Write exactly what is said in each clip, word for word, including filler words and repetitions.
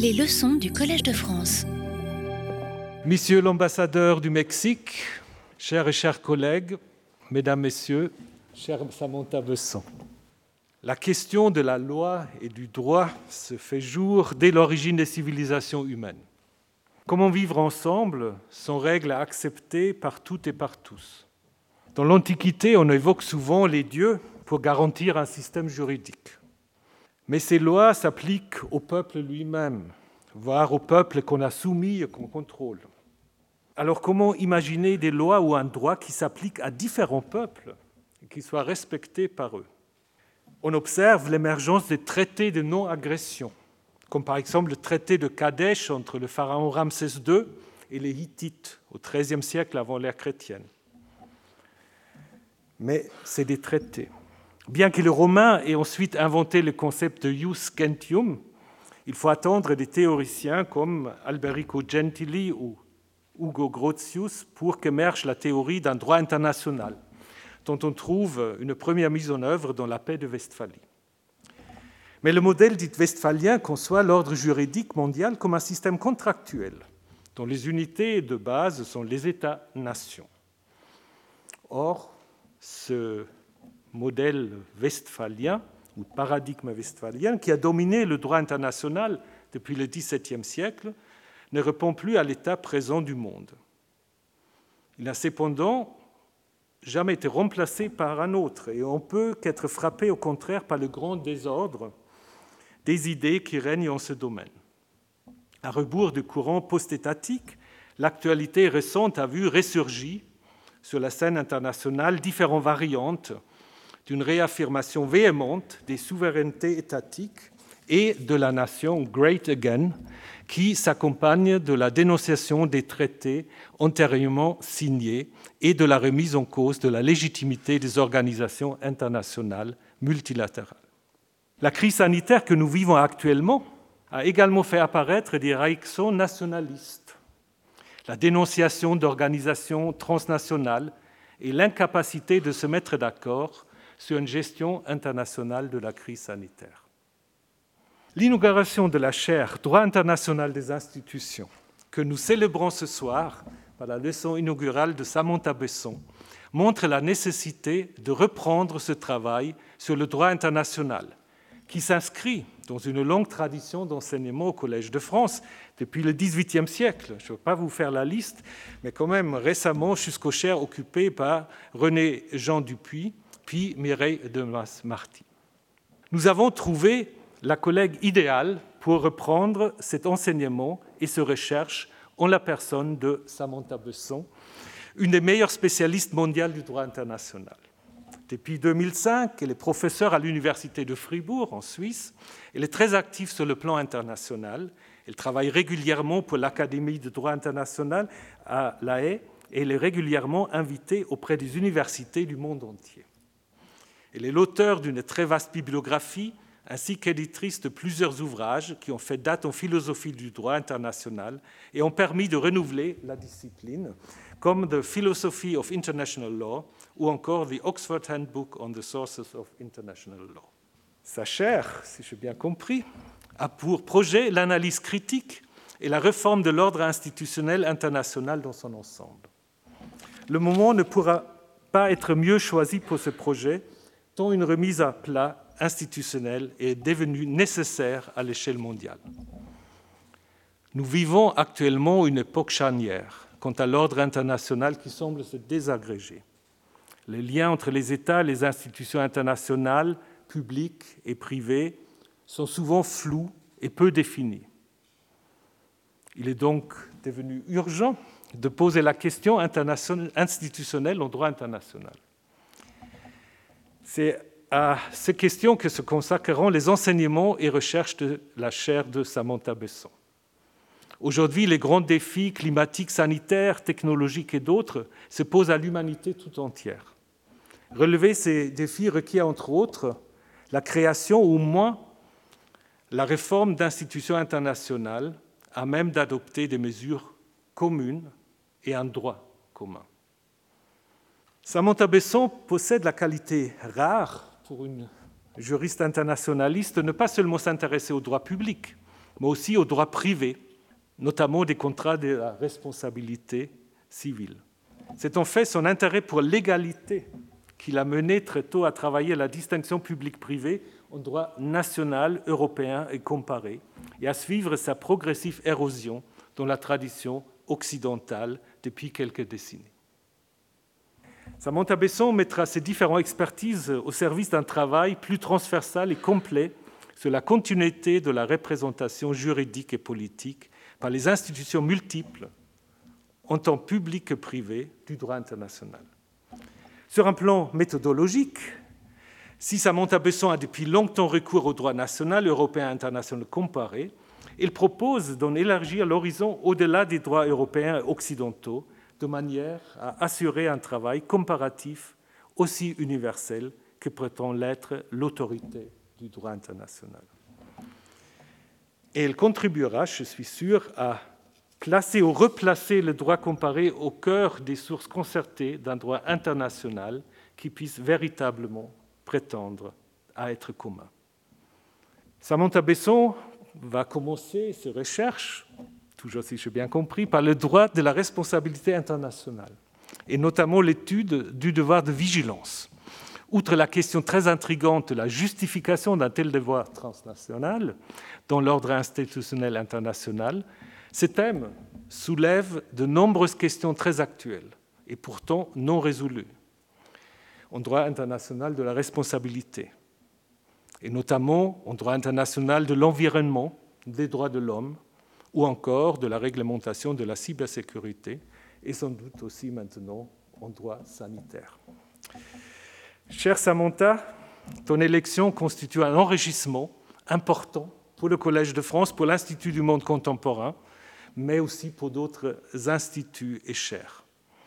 Les leçons du Collège de France. Monsieur l'ambassadeur du Mexique, chers et chers collègues, mesdames, messieurs, cher Samantha Besson. La question de la loi et du droit se fait jour dès l'origine des civilisations humaines. Comment vivre ensemble sont règles acceptées par toutes et par tous. Dans l'Antiquité, on évoque souvent les dieux pour garantir un système juridique. Mais ces lois s'appliquent au peuple lui-même, voire au peuple qu'on a soumis et qu'on contrôle. Alors comment imaginer des lois ou un droit qui s'appliquent à différents peuples et qui soient respectés par eux? On observe l'émergence des traités de non-agression, comme par exemple le traité de Kadesh entre le pharaon Ramsès deux et les Hittites au treizième siècle avant l'ère chrétienne. Mais c'est des traités. Bien que les Romains aient ensuite inventé le concept de jus gentium, il faut attendre des théoriciens comme Alberico Gentili ou Ugo Grotius pour qu'émerge la théorie d'un droit international, dont on trouve une première mise en œuvre dans la paix de Westphalie. Mais le modèle dit westphalien conçoit l'ordre juridique mondial comme un système contractuel, dont les unités de base sont les États-nations. Or, ce modèle westphalien, ou paradigme westphalien, qui a dominé le droit international depuis le dix-septième siècle, ne répond plus à l'état présent du monde. Il n'a cependant jamais été remplacé par un autre, et on peut qu'être frappé au contraire par le grand désordre des idées qui règnent en ce domaine. À rebours du courant post-étatique, l'actualité récente a vu ressurgir sur la scène internationale différentes variantes d'une réaffirmation véhémente des souverainetés étatiques et de la nation Great Again, qui s'accompagne de la dénonciation des traités antérieurement signés et de la remise en cause de la légitimité des organisations internationales multilatérales. La crise sanitaire que nous vivons actuellement a également fait apparaître des réactions nationalistes, la dénonciation d'organisations transnationales et l'incapacité de se mettre d'accord sur une gestion internationale de la crise sanitaire. L'inauguration de la chaire « Droit international des institutions » que nous célébrons ce soir par la leçon inaugurale de Samantha Besson montre la nécessité de reprendre ce travail sur le droit international qui s'inscrit dans une longue tradition d'enseignement au Collège de France depuis le dix-huitième siècle. Je ne vais pas vous faire la liste, mais quand même récemment jusqu'aux chaires occupées par René-Jean Dupuy, puis Mireille Delmas-Marty. Nous avons trouvé la collègue idéale pour reprendre cet enseignement et ces recherches en la personne de Samantha Besson, une des meilleures spécialistes mondiales du droit international. Depuis deux mille cinq, elle est professeure à l'Université de Fribourg, en Suisse. Elle est très active sur le plan international. Elle travaille régulièrement pour l'Académie de droit international à La Haye et elle est régulièrement invitée auprès des universités du monde entier. Elle est l'auteure d'une très vaste bibliographie ainsi qu'éditrice de plusieurs ouvrages qui ont fait date en philosophie du droit international et ont permis de renouveler la discipline, comme The Philosophy of International Law ou encore The Oxford Handbook on the Sources of International Law. Sa chaire, si j'ai bien compris, a pour projet l'analyse critique et la réforme de l'ordre institutionnel international dans son ensemble. Le moment ne pourra pas être mieux choisi pour ce projet, tant une remise à plat institutionnelle est devenue nécessaire à l'échelle mondiale. Nous vivons actuellement une époque charnière quant à l'ordre international qui semble se désagréger. Les liens entre les États et les institutions internationales, publiques et privées, sont souvent flous et peu définis. Il est donc devenu urgent de poser la question institutionnelle en droit international. C'est à ces questions que se consacreront les enseignements et recherches de la chaire de Samantha Besson. Aujourd'hui, les grands défis climatiques, sanitaires, technologiques et d'autres se posent à l'humanité tout entière. Relever ces défis requiert entre autres la création ou au moins la réforme d'institutions internationales à même d'adopter des mesures communes et un droit commun. Samantha Besson possède la qualité rare pour une juriste internationaliste de ne pas seulement s'intéresser au droit public, mais aussi au droit privé, notamment des contrats de la responsabilité civile. C'est en fait son intérêt pour l'égalité qui l'a mené très tôt à travailler la distinction publique-privée en droit national, européen et comparé, et à suivre sa progressive érosion dans la tradition occidentale depuis quelques décennies. Samantha Besson mettra ses différentes expertises au service d'un travail plus transversal et complet sur la continuité de la représentation juridique et politique par les institutions multiples, en tant public que privé, du droit international. Sur un plan méthodologique, si Samantha Besson a depuis longtemps recours au droit national, européen et international comparé, il propose d'en élargir l'horizon au-delà des droits européens et occidentaux, de manière à assurer un travail comparatif aussi universel que prétend l'être l'autorité du droit international. Et elle contribuera, je suis sûr, à placer ou replacer le droit comparé au cœur des sources concertées d'un droit international qui puisse véritablement prétendre à être commun. Samantha Besson va commencer ses recherches, toujours si j'ai bien compris, par le droit de la responsabilité internationale, et notamment l'étude du devoir de vigilance. Outre la question très intrigante de la justification d'un tel devoir transnational dans l'ordre institutionnel international, ce thème soulève de nombreuses questions très actuelles et pourtant non résolues en droit international de la responsabilité, et notamment en droit international de l'environnement, des droits de l'homme, ou encore de la réglementation de la cybersécurité, et sans doute aussi maintenant en droit sanitaire. Chère Samantha, ton élection constitue un enrichissement important pour le Collège de France, pour l'Institut du monde contemporain, mais aussi pour d'autres instituts et chaires.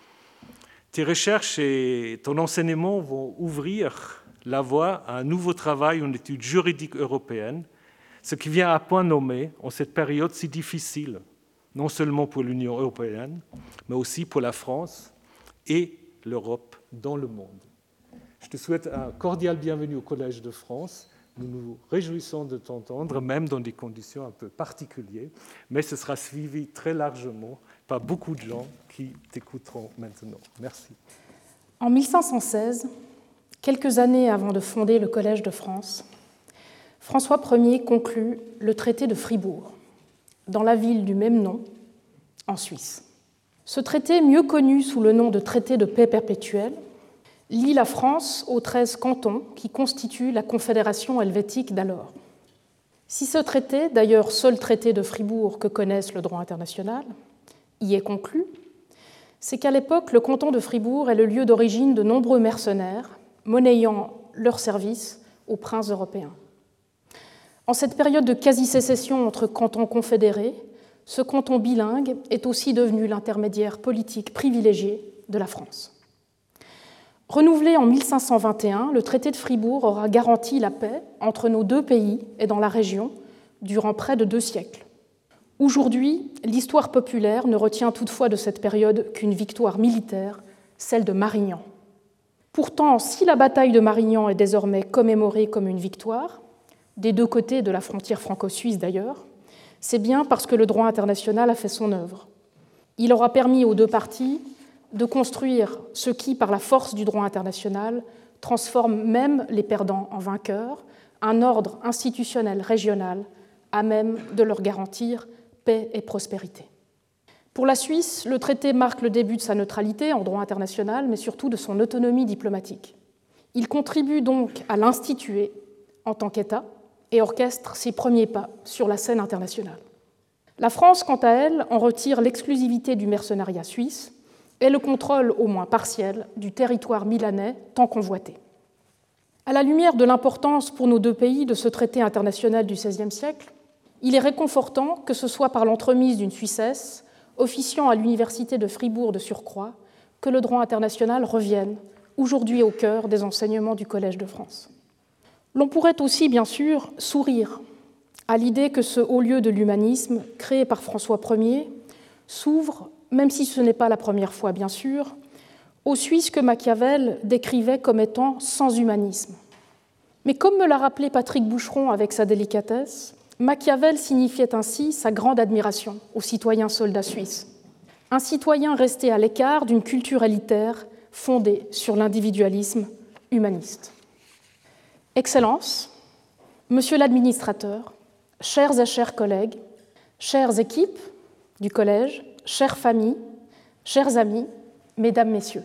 Tes recherches et ton enseignement vont ouvrir la voie à un nouveau travail en études juridiques européennes, ce qui vient à point nommé en cette période si difficile, non seulement pour l'Union européenne, mais aussi pour la France et l'Europe dans le monde. Je te souhaite un cordial bienvenue au Collège de France. Nous nous réjouissons de t'entendre, même dans des conditions un peu particulières, mais ce sera suivi très largement par beaucoup de gens qui t'écouteront maintenant. Merci. En mille cinq cent seize, quelques années avant de fonder le Collège de France, François Ier conclut le traité de Fribourg, dans la ville du même nom, en Suisse. Ce traité, mieux connu sous le nom de traité de paix perpétuelle, lie la France aux treize cantons qui constituent la Confédération helvétique d'alors. Si ce traité, d'ailleurs seul traité de Fribourg que connaisse le droit international, y est conclu, c'est qu'à l'époque, le canton de Fribourg est le lieu d'origine de nombreux mercenaires, monnayant leurs services aux princes européens. En cette période de quasi-sécession entre cantons confédérés, ce canton bilingue est aussi devenu l'intermédiaire politique privilégié de la France. Renouvelé en mille cinq cent vingt et un, le traité de Fribourg aura garanti la paix entre nos deux pays et dans la région durant près de deux siècles. Aujourd'hui, l'histoire populaire ne retient toutefois de cette période qu'une victoire militaire, celle de Marignan. Pourtant, si la bataille de Marignan est désormais commémorée comme une victoire, des deux côtés de la frontière franco-suisse d'ailleurs, c'est bien parce que le droit international a fait son œuvre. Il aura permis aux deux parties de construire ce qui, par la force du droit international, transforme même les perdants en vainqueurs, un ordre institutionnel régional à même de leur garantir paix et prospérité. Pour la Suisse, le traité marque le début de sa neutralité en droit international, mais surtout de son autonomie diplomatique. Il contribue donc à l'instituer en tant qu'État et orchestre ses premiers pas sur la scène internationale. La France, quant à elle, en retire l'exclusivité du mercenariat suisse et le contrôle, au moins partiel, du territoire milanais tant convoité. À la lumière de l'importance pour nos deux pays de ce traité international du seizième siècle, il est réconfortant que ce soit par l'entremise d'une Suissesse, officiant à l'université de Fribourg de surcroît, que le droit international revienne, aujourd'hui au cœur des enseignements du Collège de France. L'on pourrait aussi, bien sûr, sourire à l'idée que ce haut lieu de l'humanisme, créé par François Ier, s'ouvre, même si ce n'est pas la première fois, bien sûr, aux Suisses que Machiavel décrivait comme étant sans humanisme. Mais comme me l'a rappelé Patrick Boucheron avec sa délicatesse, Machiavel signifiait ainsi sa grande admiration au citoyen soldat suisse, un citoyen resté à l'écart d'une culture élitaire fondée sur l'individualisme humaniste. Excellences, Monsieur l'administrateur, chers et chers collègues, chères équipes du collège, chères familles, chers amis, mesdames, messieurs,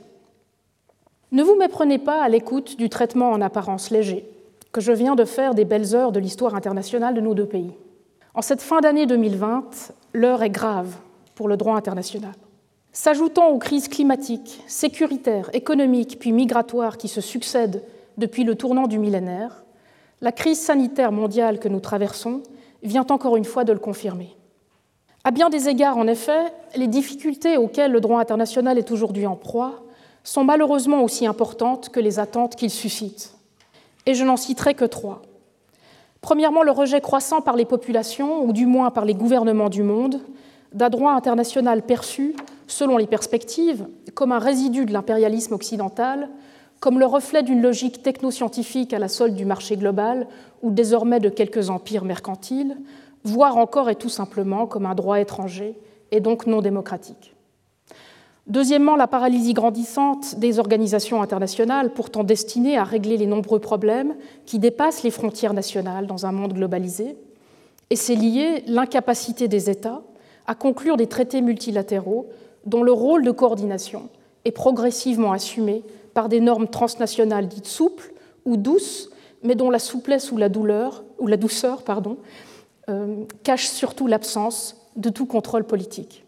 ne vous méprenez pas à l'écoute du traitement en apparence léger que je viens de faire des belles heures de l'histoire internationale de nos deux pays. En cette fin d'année deux mille vingt, l'heure est grave pour le droit international. S'ajoutant aux crises climatiques, sécuritaires, économiques puis migratoires qui se succèdent depuis le tournant du millénaire, la crise sanitaire mondiale que nous traversons vient encore une fois de le confirmer. À bien des égards, en effet, les difficultés auxquelles le droit international est aujourd'hui en proie sont malheureusement aussi importantes que les attentes qu'il suscite. Et je n'en citerai que trois. Premièrement, le rejet croissant par les populations, ou du moins par les gouvernements du monde, d'un droit international perçu, selon les perspectives, comme un résidu de l'impérialisme occidental, comme le reflet d'une logique technoscientifique à la solde du marché global ou désormais de quelques empires mercantiles, voire encore et tout simplement comme un droit étranger et donc non démocratique. Deuxièmement, la paralysie grandissante des organisations internationales pourtant destinées à régler les nombreux problèmes qui dépassent les frontières nationales dans un monde globalisé, et c'est lié l'incapacité des États à conclure des traités multilatéraux dont le rôle de coordination est progressivement assumé par des normes transnationales dites souples ou douces, mais dont la souplesse ou la douleur, ou la douceur, pardon, euh, cache surtout l'absence de tout contrôle politique.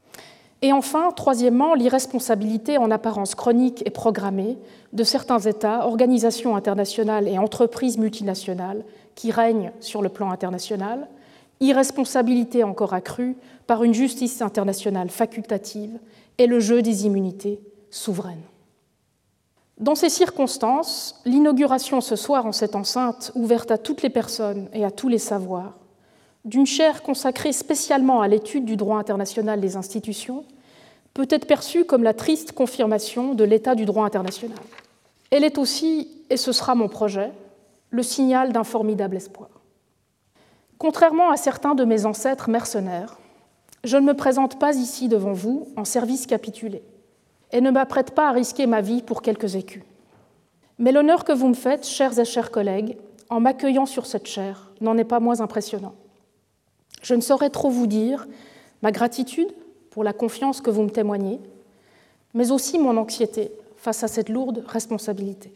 Et enfin, troisièmement, l'irresponsabilité en apparence chronique et programmée de certains États, organisations internationales et entreprises multinationales qui règnent sur le plan international, irresponsabilité encore accrue par une justice internationale facultative et le jeu des immunités souveraines. Dans ces circonstances, l'inauguration ce soir en cette enceinte ouverte à toutes les personnes et à tous les savoirs, d'une chaire consacrée spécialement à l'étude du droit international des institutions, peut être perçue comme la triste confirmation de l'état du droit international. Elle est aussi, et ce sera mon projet, le signal d'un formidable espoir. Contrairement à certains de mes ancêtres mercenaires, je ne me présente pas ici devant vous en service capitulé et ne m'apprête pas à risquer ma vie pour quelques écus. Mais l'honneur que vous me faites, chers et chers collègues, en m'accueillant sur cette chaire, n'en est pas moins impressionnant. Je ne saurais trop vous dire ma gratitude pour la confiance que vous me témoignez, mais aussi mon anxiété face à cette lourde responsabilité.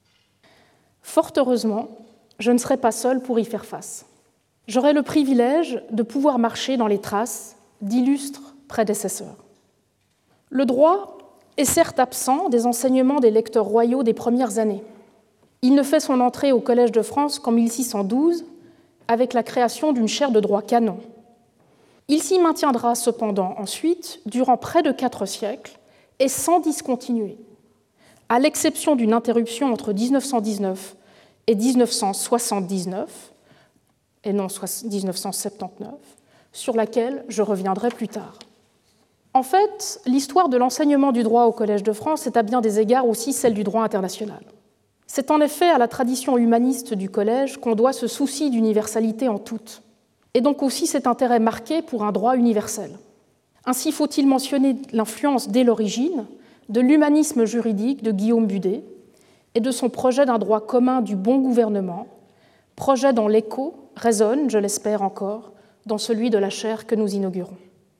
Fort heureusement, je ne serai pas seule pour y faire face. J'aurai le privilège de pouvoir marcher dans les traces d'illustres prédécesseurs. Le droit est certes absent des enseignements des lecteurs royaux des premières années. Il ne fait son entrée au Collège de France qu'en mille six cent douze, avec la création d'une chaire de droit canon. Il s'y maintiendra cependant ensuite durant près de quatre siècles et sans discontinuer, à l'exception d'une interruption entre dix-neuf cent dix-neuf et dix-neuf cent soixante-dix-neuf, et non dix-neuf cent soixante-dix-neuf, sur laquelle je reviendrai plus tard. En fait, l'histoire de l'enseignement du droit au Collège de France est à bien des égards aussi celle du droit international. C'est en effet à la tradition humaniste du Collège qu'on doit ce souci d'universalité en tout, et donc aussi cet intérêt marqué pour un droit universel. Ainsi faut-il mentionner l'influence dès l'origine de l'humanisme juridique de Guillaume Budet et de son projet d'un droit commun du bon gouvernement, projet dont l'écho résonne, je l'espère encore, dans celui de la chaire que nous inaugurons.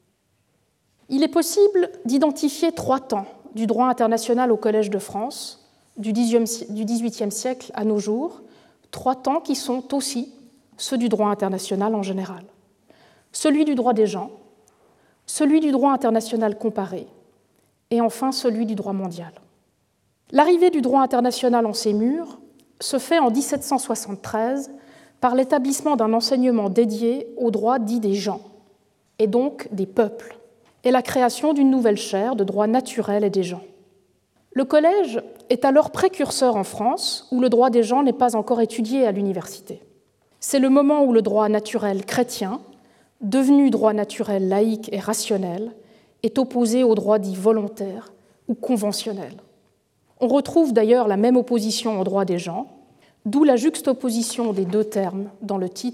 Il est possible d'identifier trois temps du droit international au Collège de France, du dix-huitième siècle à nos jours, trois temps qui sont aussi ceux du droit international en général. Celui du droit des gens, celui du droit international comparé, et enfin celui du droit mondial. L'arrivée du droit international en ces murs se fait en dix-sept cent soixante-treize par l'établissement d'un enseignement dédié aux droits dits des gens, et donc des peuples, et la création d'une nouvelle chaire de droit naturel et des gens. Le collège est alors précurseur en France, où le droit des gens n'est pas encore étudié à l'université. C'est le moment où le droit naturel chrétien, devenu droit naturel laïque et rationnel, est opposé au droit dit volontaire ou conventionnel. On retrouve d'ailleurs la même opposition au droit des gens, d'où la juxtaposition des deux termes dans le titre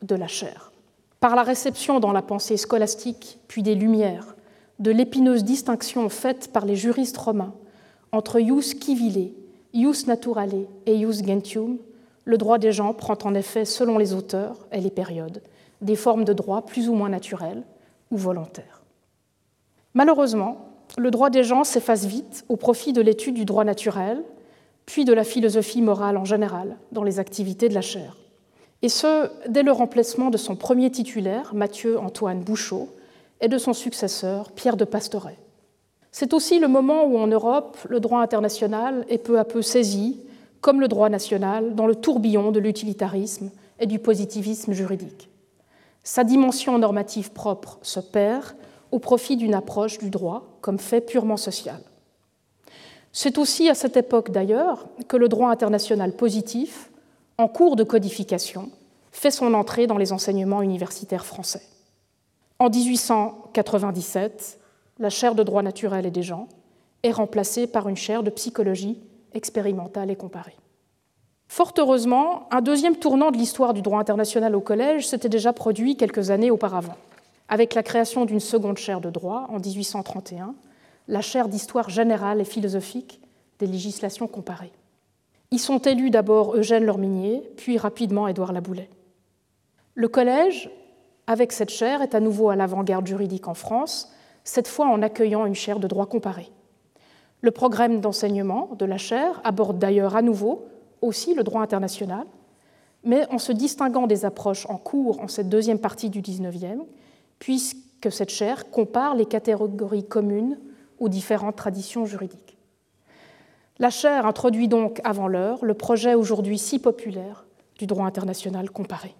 de la chair. Par la réception dans la pensée scolastique, puis des Lumières, de l'épineuse distinction faite par les juristes romains entre ius civile, ius naturale et ius gentium, le droit des gens prend en effet, selon les auteurs et les périodes, des formes de droit plus ou moins naturelles ou volontaires. Malheureusement, le droit des gens s'efface vite au profit de l'étude du droit naturel, puis de la philosophie morale en général, dans les activités de la chaire. Et ce, dès le remplacement de son premier titulaire, Mathieu-Antoine Bouchot, et de son successeur, Pierre de Pastoret. C'est aussi le moment où, en Europe, le droit international est peu à peu saisi, comme le droit national, dans le tourbillon de l'utilitarisme et du positivisme juridique. Sa dimension normative propre se perd au profit d'une approche du droit comme fait purement social. C'est aussi à cette époque d'ailleurs que le droit international positif, en cours de codification, fait son entrée dans les enseignements universitaires français. En dix-huit cent quatre-vingt-dix-sept, la chaire de droit naturel et des gens est remplacée par une chaire de psychologie expérimentale et comparée. Fort heureusement, un deuxième tournant de l'histoire du droit international au collège s'était déjà produit quelques années auparavant, avec la création d'une seconde chaire de droit en dix-huit cent trente et un, la chaire d'histoire générale et philosophique des législations comparées. Y sont élus d'abord Eugène Lorminier, puis rapidement Édouard Laboulet. Le collège, avec cette chaire, est à nouveau à l'avant-garde juridique en France, cette fois en accueillant une chaire de droit comparé. Le programme d'enseignement de la chaire aborde d'ailleurs à nouveau aussi le droit international, mais en se distinguant des approches en cours en cette deuxième partie du dix-neuvième, puisque cette chaire compare les catégories communes aux différentes traditions juridiques. La chaire introduit donc avant l'heure le projet aujourd'hui si populaire du droit international comparé.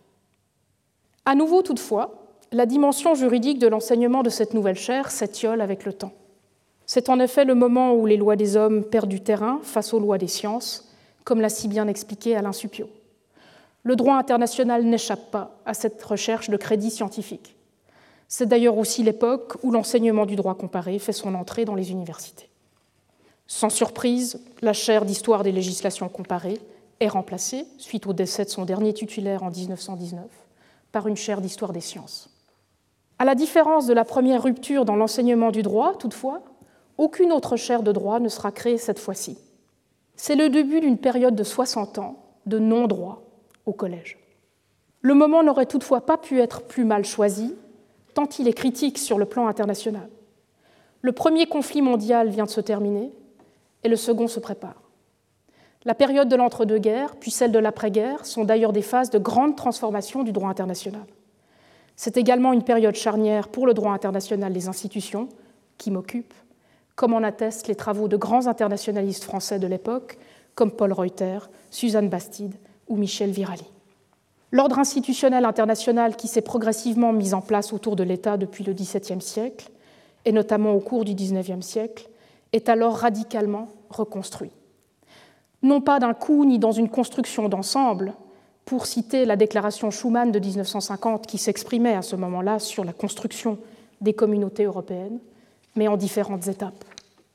À nouveau, toutefois, la dimension juridique de l'enseignement de cette nouvelle chaire s'étiole avec le temps. C'est en effet le moment où les lois des hommes perdent du terrain face aux lois des sciences, comme l'a si bien expliqué Alain Suppiot. Le droit international n'échappe pas à cette recherche de crédit scientifique. C'est d'ailleurs aussi l'époque où l'enseignement du droit comparé fait son entrée dans les universités. Sans surprise, la chaire d'histoire des législations comparées est remplacée, suite au décès de son dernier titulaire en dix-neuf cent dix-neuf, par une chaire d'histoire des sciences. À la différence de la première rupture dans l'enseignement du droit, toutefois, aucune autre chaire de droit ne sera créée cette fois-ci. C'est le début d'une période de soixante ans de non-droit au collège. Le moment n'aurait toutefois pas pu être plus mal choisi, tant il est critique sur le plan international. Le premier conflit mondial vient de se terminer et le second se prépare. La période de l'entre-deux-guerres, puis celle de l'après-guerre, sont d'ailleurs des phases de grande transformation du droit international. C'est également une période charnière pour le droit international des institutions, qui m'occupe, comme en attestent les travaux de grands internationalistes français de l'époque, comme Paul Reuter, Suzanne Bastide ou Michel Virali. L'ordre institutionnel international qui s'est progressivement mis en place autour de l'État depuis le dix-septième siècle, et notamment au cours du dix-neuvième siècle, est alors radicalement reconstruit. Non pas d'un coup ni dans une construction d'ensemble, pour citer la déclaration Schuman de dix-neuf cent cinquante qui s'exprimait à ce moment-là sur la construction des communautés européennes, mais en différentes étapes.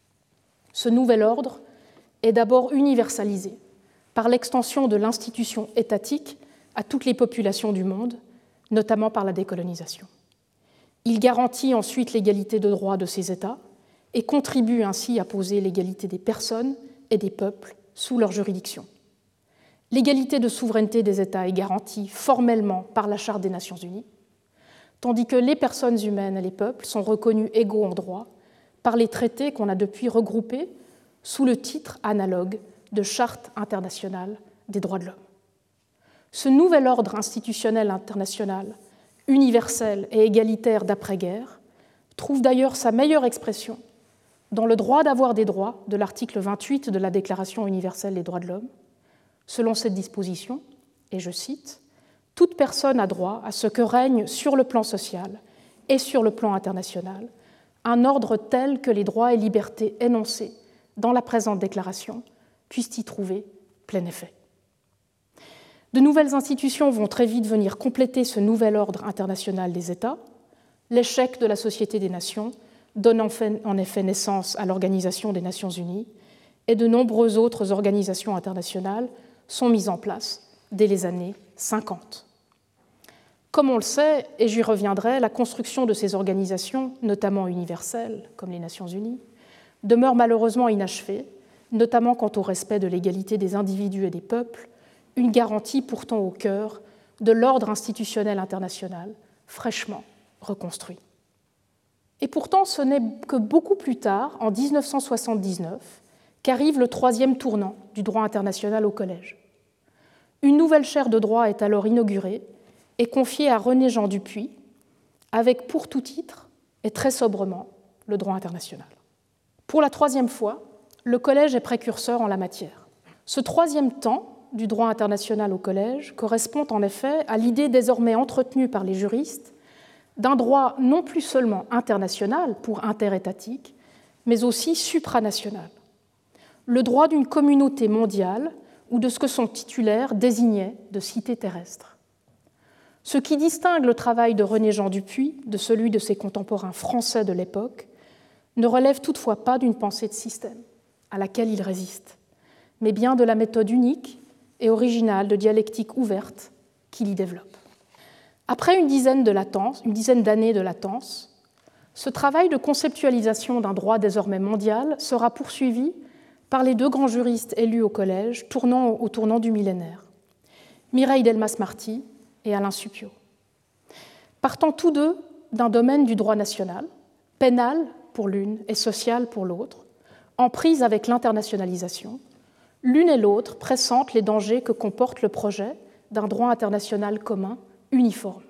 Ce nouvel ordre est d'abord universalisé par l'extension de l'institution étatique à toutes les populations du monde, notamment par la décolonisation. Il garantit ensuite l'égalité de droits de ces États et contribue ainsi à poser l'égalité des personnes et des peuples sous leur juridiction. L'égalité de souveraineté des États est garantie formellement par la Charte des Nations Unies, tandis que les personnes humaines et les peuples sont reconnus égaux en droit par les traités qu'on a depuis regroupés sous le titre analogue de Charte internationale des droits de l'homme. Ce nouvel ordre institutionnel international, universel et égalitaire d'après-guerre, trouve d'ailleurs sa meilleure expression dans le droit d'avoir des droits de l'article vingt-huit de la Déclaration universelle des droits de l'homme. Selon cette disposition, et je cite, « Toute personne a droit à ce que règne sur le plan social et sur le plan international un ordre tel que les droits et libertés énoncés dans la présente déclaration puissent y trouver plein effet. » De nouvelles institutions vont très vite venir compléter ce nouvel ordre international des États. L'échec de la Société des Nations donne en effet naissance à l'Organisation des Nations Unies et de nombreuses autres organisations internationales sont mises en place dès les années cinquante. Comme on le sait, et j'y reviendrai, la construction de ces organisations, notamment universelles, comme les Nations Unies, demeure malheureusement inachevée, notamment quant au respect de l'égalité des individus et des peuples, une garantie pourtant au cœur de l'ordre institutionnel international, fraîchement reconstruit. Et pourtant, ce n'est que beaucoup plus tard, en mille neuf cent soixante-dix-neuf, qu'arrive le troisième tournant du droit international au Collège. Une nouvelle chaire de droit est alors inaugurée et confiée à René Jean Dupuy, avec pour tout titre, et très sobrement, le droit international. Pour la troisième fois, le Collège est précurseur en la matière. Ce troisième temps du droit international au Collège correspond en effet à l'idée désormais entretenue par les juristes d'un droit non plus seulement international pour interétatique, mais aussi supranational. Le droit d'une communauté mondiale ou de ce que son titulaire désignait de cité terrestre. Ce qui distingue le travail de René Jean Dupuy de celui de ses contemporains français de l'époque ne relève toutefois pas d'une pensée de système à laquelle il résiste, mais bien de la méthode unique et originale de dialectique ouverte qu'il y développe. Après une dizaine de latence, une dizaine d'années de latence, ce travail de conceptualisation d'un droit désormais mondial sera poursuivi par les deux grands juristes élus au Collège tournant au tournant du millénaire, Mireille Delmas-Marty et Alain Supiot. Partant tous deux d'un domaine du droit national, pénal pour l'une et social pour l'autre, en prise avec l'internationalisation, l'une et l'autre pressentent les dangers que comporte le projet d'un droit international commun uniforme.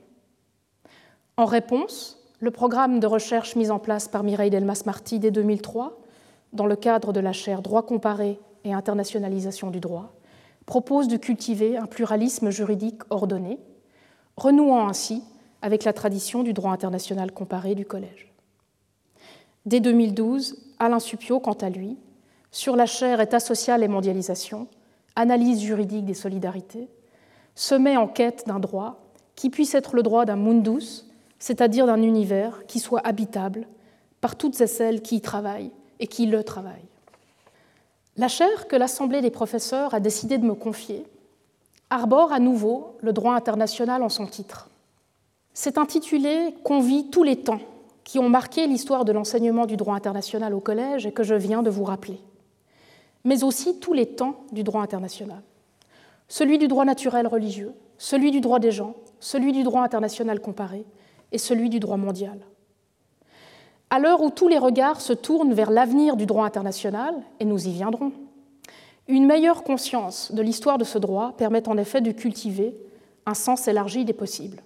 En réponse, le programme de recherche mis en place par Mireille Delmas-Marty dès deux mille trois, dans le cadre de la chaire Droit comparé et internationalisation du droit, propose de cultiver un pluralisme juridique ordonné, renouant ainsi avec la tradition du droit international comparé du Collège. Dès deux mille douze, Alain Supiot, quant à lui, sur la chaire État social et mondialisation, analyse juridique des solidarités, se met en quête d'un droit qui puisse être le droit d'un mundus, c'est-à-dire d'un univers qui soit habitable par toutes et celles qui y travaillent et qui le travaillent. La chaire que l'Assemblée des professeurs a décidé de me confier arbore à nouveau le droit international en son titre. C'est intitulé « Qu'on vit tous les temps » qui ont marqué l'histoire de l'enseignement du droit international au Collège et que je viens de vous rappeler, mais aussi tous les temps du droit international. Celui du droit naturel religieux, celui du droit des gens, celui du droit international comparé et celui du droit mondial. À l'heure où tous les regards se tournent vers l'avenir du droit international, et nous y viendrons, une meilleure conscience de l'histoire de ce droit permet en effet de cultiver un sens élargi des possibles.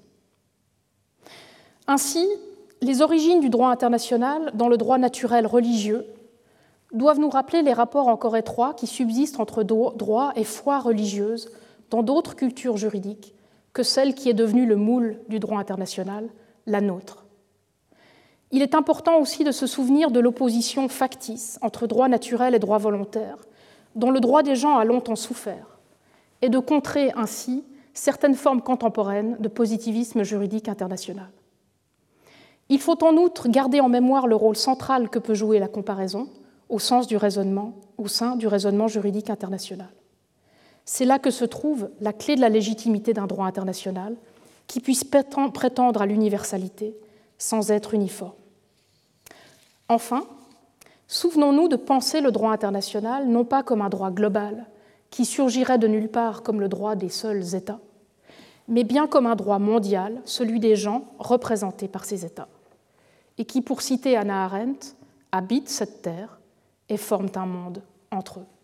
Ainsi, les origines du droit international dans le droit naturel religieux doivent nous rappeler les rapports encore étroits qui subsistent entre droit et foi religieuse dans d'autres cultures juridiques que celle qui est devenue le moule du droit international, la nôtre. Il est important aussi de se souvenir de l'opposition factice entre droit naturel et droit volontaire, dont le droit des gens a longtemps souffert, et de contrer ainsi certaines formes contemporaines de positivisme juridique international. Il faut en outre garder en mémoire le rôle central que peut jouer la comparaison au sens du raisonnement, au sein du raisonnement juridique international. C'est là que se trouve la clé de la légitimité d'un droit international qui puisse prétendre à l'universalité sans être uniforme. Enfin, souvenons-nous de penser le droit international non pas comme un droit global qui surgirait de nulle part comme le droit des seuls États, mais bien comme un droit mondial, celui des gens représentés par ces États, et qui, pour citer Hannah Arendt, habitent cette terre et forment un monde entre eux.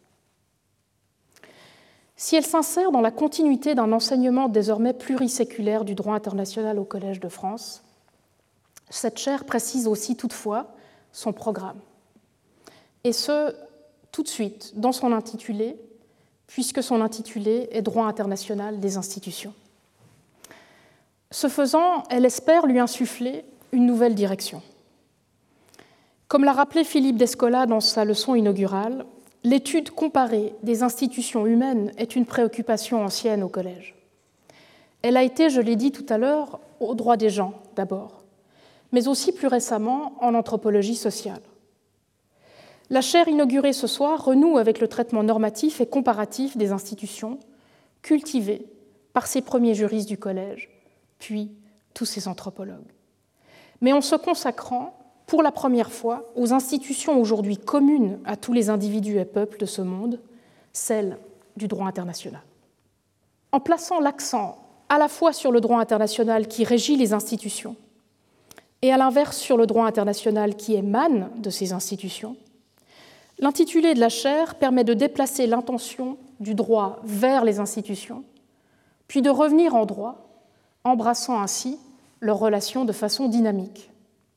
Si elle s'insère dans la continuité d'un enseignement désormais pluriséculaire du droit international au Collège de France, cette chaire précise aussi toutefois son programme, et ce, tout de suite, dans son intitulé, puisque son intitulé est « Droit international des institutions ». Ce faisant, elle espère lui insuffler une nouvelle direction. Comme l'a rappelé Philippe Descola dans sa leçon inaugurale, l'étude comparée des institutions humaines est une préoccupation ancienne au Collège. Elle a été, je l'ai dit tout à l'heure, au droit des gens d'abord, mais aussi plus récemment en anthropologie sociale. La chaire inaugurée ce soir renoue avec le traitement normatif et comparatif des institutions cultivées par ces premiers juristes du Collège, puis tous ces anthropologues, mais en se consacrant pour la première fois aux institutions aujourd'hui communes à tous les individus et peuples de ce monde, celles du droit international. En plaçant l'accent à la fois sur le droit international qui régit les institutions et à l'inverse sur le droit international qui émane de ces institutions, l'intitulé de la chaire permet de déplacer l'intention du droit vers les institutions, puis de revenir en droit, embrassant ainsi leurs relations de façon dynamique.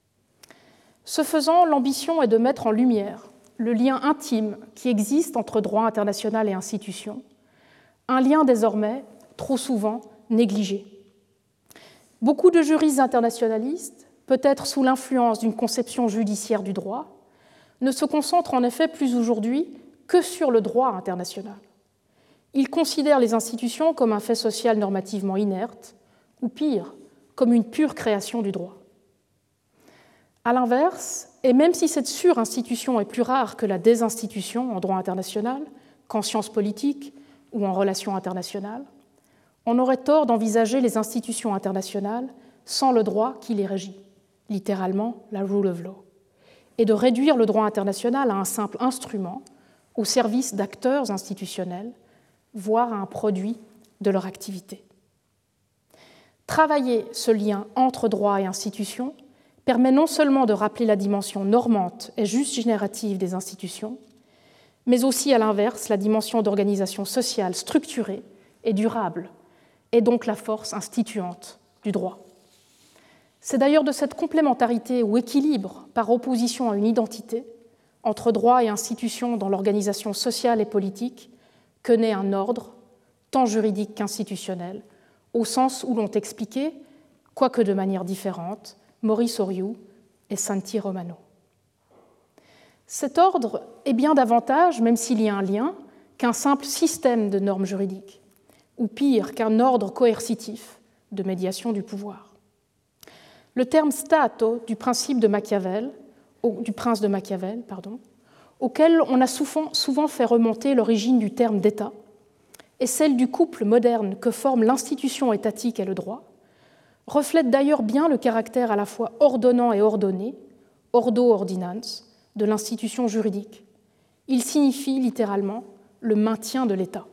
Ce faisant, l'ambition est de mettre en lumière le lien intime qui existe entre droit international et institutions, un lien désormais trop souvent négligé. Beaucoup de juristes internationalistes, peut-être sous l'influence d'une conception judiciaire du droit, ne se concentrent en effet plus aujourd'hui que sur le droit international. Ils considèrent les institutions comme un fait social normativement inerte, ou pire, comme une pure création du droit. À l'inverse, et même si cette surinstitution est plus rare que la désinstitution en droit international, qu'en sciences politiques ou en relations internationales, on aurait tort d'envisager les institutions internationales sans le droit qui les régit, littéralement la rule of law, et de réduire le droit international à un simple instrument au service d'acteurs institutionnels, voire à un produit de leur activité. Travailler ce lien entre droit et institution permet non seulement de rappeler la dimension normante et juste générative des institutions, mais aussi à l'inverse la dimension d'organisation sociale structurée et durable, et donc la force instituante du droit. C'est d'ailleurs de cette complémentarité ou équilibre par opposition à une identité entre droit et institution dans l'organisation sociale et politique que naît un ordre, tant juridique qu'institutionnel, au sens où l'ont expliqué, quoique de manière différente, Maurice Oriou et Santi Romano. Cet ordre est bien davantage, même s'il y a un lien, qu'un simple système de normes juridiques, ou pire, qu'un ordre coercitif de médiation du pouvoir. Le terme Stato du principe de Machiavel, du prince de Machiavel, pardon, auquel on a souvent, souvent fait remonter l'origine du terme d'État, et celle du couple moderne que forment l'institution étatique et le droit, reflète d'ailleurs bien le caractère à la fois ordonnant et ordonné, ordo ordinans, de l'institution juridique. Il signifie littéralement le maintien de l'État.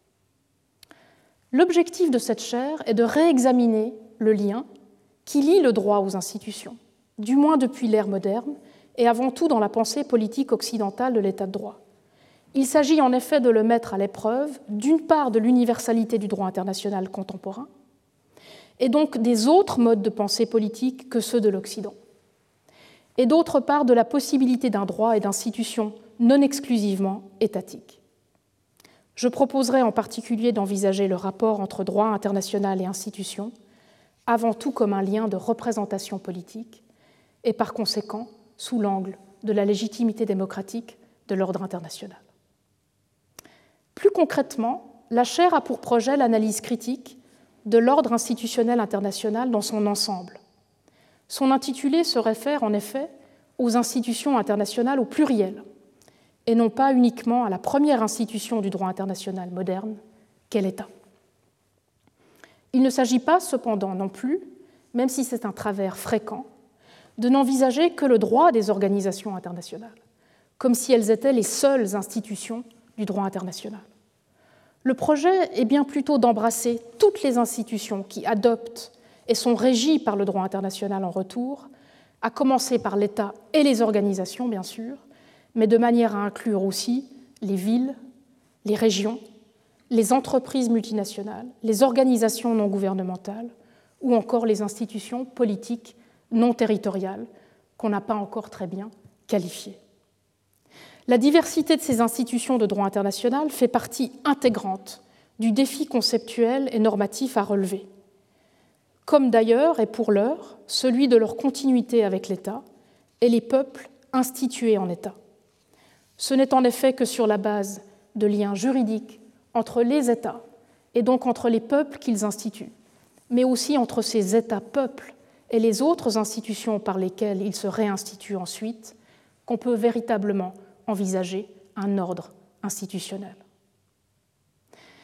L'objectif de cette chaire est de réexaminer le lien qui lie le droit aux institutions, du moins depuis l'ère moderne, et avant tout dans la pensée politique occidentale de l'État de droit. Il s'agit en effet de le mettre à l'épreuve, d'une part de l'universalité du droit international contemporain, et donc des autres modes de pensée politique que ceux de l'Occident, et d'autre part de la possibilité d'un droit et d'institutions non exclusivement étatiques. Je proposerai en particulier d'envisager le rapport entre droit international et institutions, avant tout comme un lien de représentation politique, et par conséquent sous l'angle de la légitimité démocratique de l'ordre international. Plus concrètement, la chaire a pour projet l'analyse critique de l'ordre institutionnel international dans son ensemble. Son intitulé se réfère en effet aux institutions internationales au pluriel, et non pas uniquement à la première institution du droit international moderne, qu'est l'État. Il ne s'agit pas cependant non plus, même si c'est un travers fréquent, de n'envisager que le droit des organisations internationales, comme si elles étaient les seules institutions du droit international. Le projet est bien plutôt d'embrasser toutes les institutions qui adoptent et sont régies par le droit international en retour, à commencer par l'État et les organisations, bien sûr, mais de manière à inclure aussi les villes, les régions, les entreprises multinationales, les organisations non gouvernementales ou encore les institutions politiques non territoriales qu'on n'a pas encore très bien qualifiées. La diversité de ces institutions de droit international fait partie intégrante du défi conceptuel et normatif à relever, comme d'ailleurs, et pour l'heure, celui de leur continuité avec l'État et les peuples institués en État. Ce n'est en effet que sur la base de liens juridiques entre les États et donc entre les peuples qu'ils instituent, mais aussi entre ces États-peuples et les autres institutions par lesquelles ils se réinstituent ensuite, qu'on peut véritablement envisager un ordre institutionnel.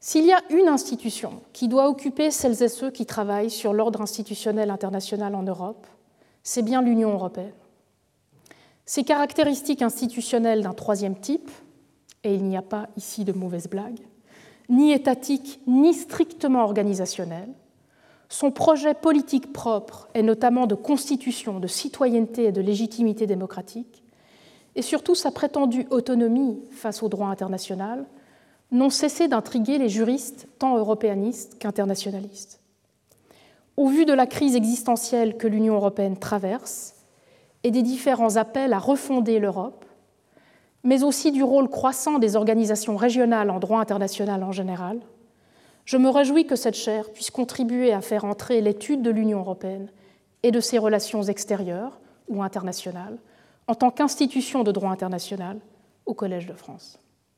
S'il y a une institution qui doit occuper celles et ceux qui travaillent sur l'ordre institutionnel international en Europe, c'est bien l'Union européenne. Ces caractéristiques institutionnelles d'un troisième type, et il n'y a pas ici de mauvaise blague, ni étatique ni strictement organisationnel, son projet politique propre, et notamment de constitution, de citoyenneté et de légitimité démocratique, et surtout sa prétendue autonomie face au droit international, n'ont cessé d'intriguer les juristes tant européanistes qu'internationalistes. Au vu de la crise existentielle que l'Union européenne traverse et des différents appels à refonder l'Europe, mais aussi du rôle croissant des organisations régionales en droit international en général, je me réjouis que cette chaire puisse contribuer à faire entrer l'étude de l'Union européenne et de ses relations extérieures ou internationales en tant qu'institution de droit international au Collège de France.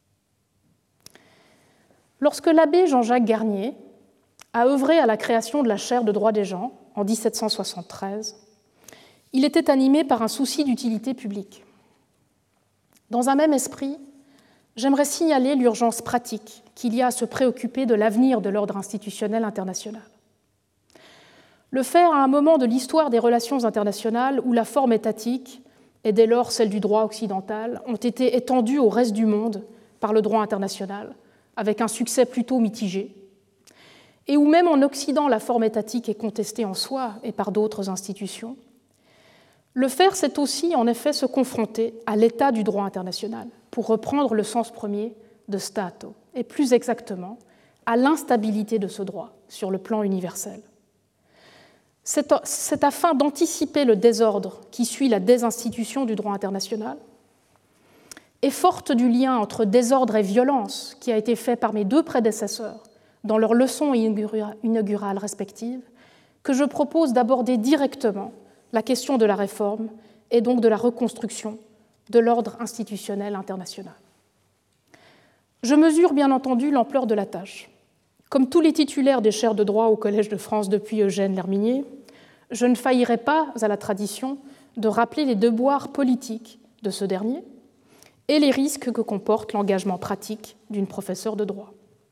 Lorsque l'abbé Jean-Jacques Garnier a œuvré à la création de la chaire de droit des gens en dix-sept cent soixante-treize, il était animé par un souci d'utilité publique. Dans un même esprit, j'aimerais signaler l'urgence pratique qu'il y a à se préoccuper de l'avenir de l'ordre institutionnel international. Le faire à un moment de l'histoire des relations internationales où la forme étatique, et dès lors celle du droit occidental, ont été étendues au reste du monde par le droit international, avec un succès plutôt mitigé, et où même en Occident la forme étatique est contestée en soi et par d'autres institutions, le faire, c'est aussi en effet se confronter à l'état du droit international, pour reprendre le sens premier de Stato, et plus exactement à l'instabilité de ce droit sur le plan universel. C'est, c'est afin d'anticiper le désordre qui suit la désinstitution du droit international, et forte du lien entre désordre et violence qui a été fait par mes deux prédécesseurs dans leurs leçons inaugurales respectives, que je propose d'aborder directement la question de la réforme et donc de la reconstruction de l'ordre institutionnel international. Je mesure bien entendu l'ampleur de la tâche. Comme tous les titulaires des chaires de droit au Collège de France depuis Eugène Lerminier, je ne faillirai pas à la tradition de rappeler les devoirs politiques de ce dernier et les risques que comporte l'engagement pratique d'une professeure de droit.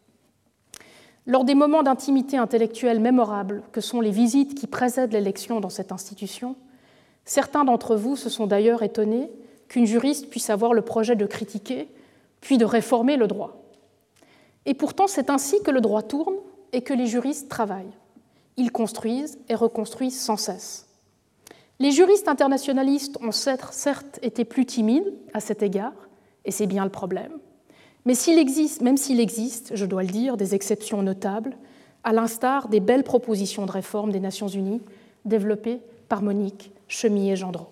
Lors des moments d'intimité intellectuelle mémorables que sont les visites qui précèdent l'élection dans cette institution, certains d'entre vous se sont d'ailleurs étonnés qu'une juriste puisse avoir le projet de critiquer, puis de réformer le droit. Et pourtant, c'est ainsi que le droit tourne et que les juristes travaillent. Ils construisent et reconstruisent sans cesse. Les juristes internationalistes ont certes été plus timides à cet égard, et c'est bien le problème, mais s'il existe, même s'il existe, je dois le dire, des exceptions notables, à l'instar des belles propositions de réforme des Nations Unies développées par Monique Chemillé-Gendreau.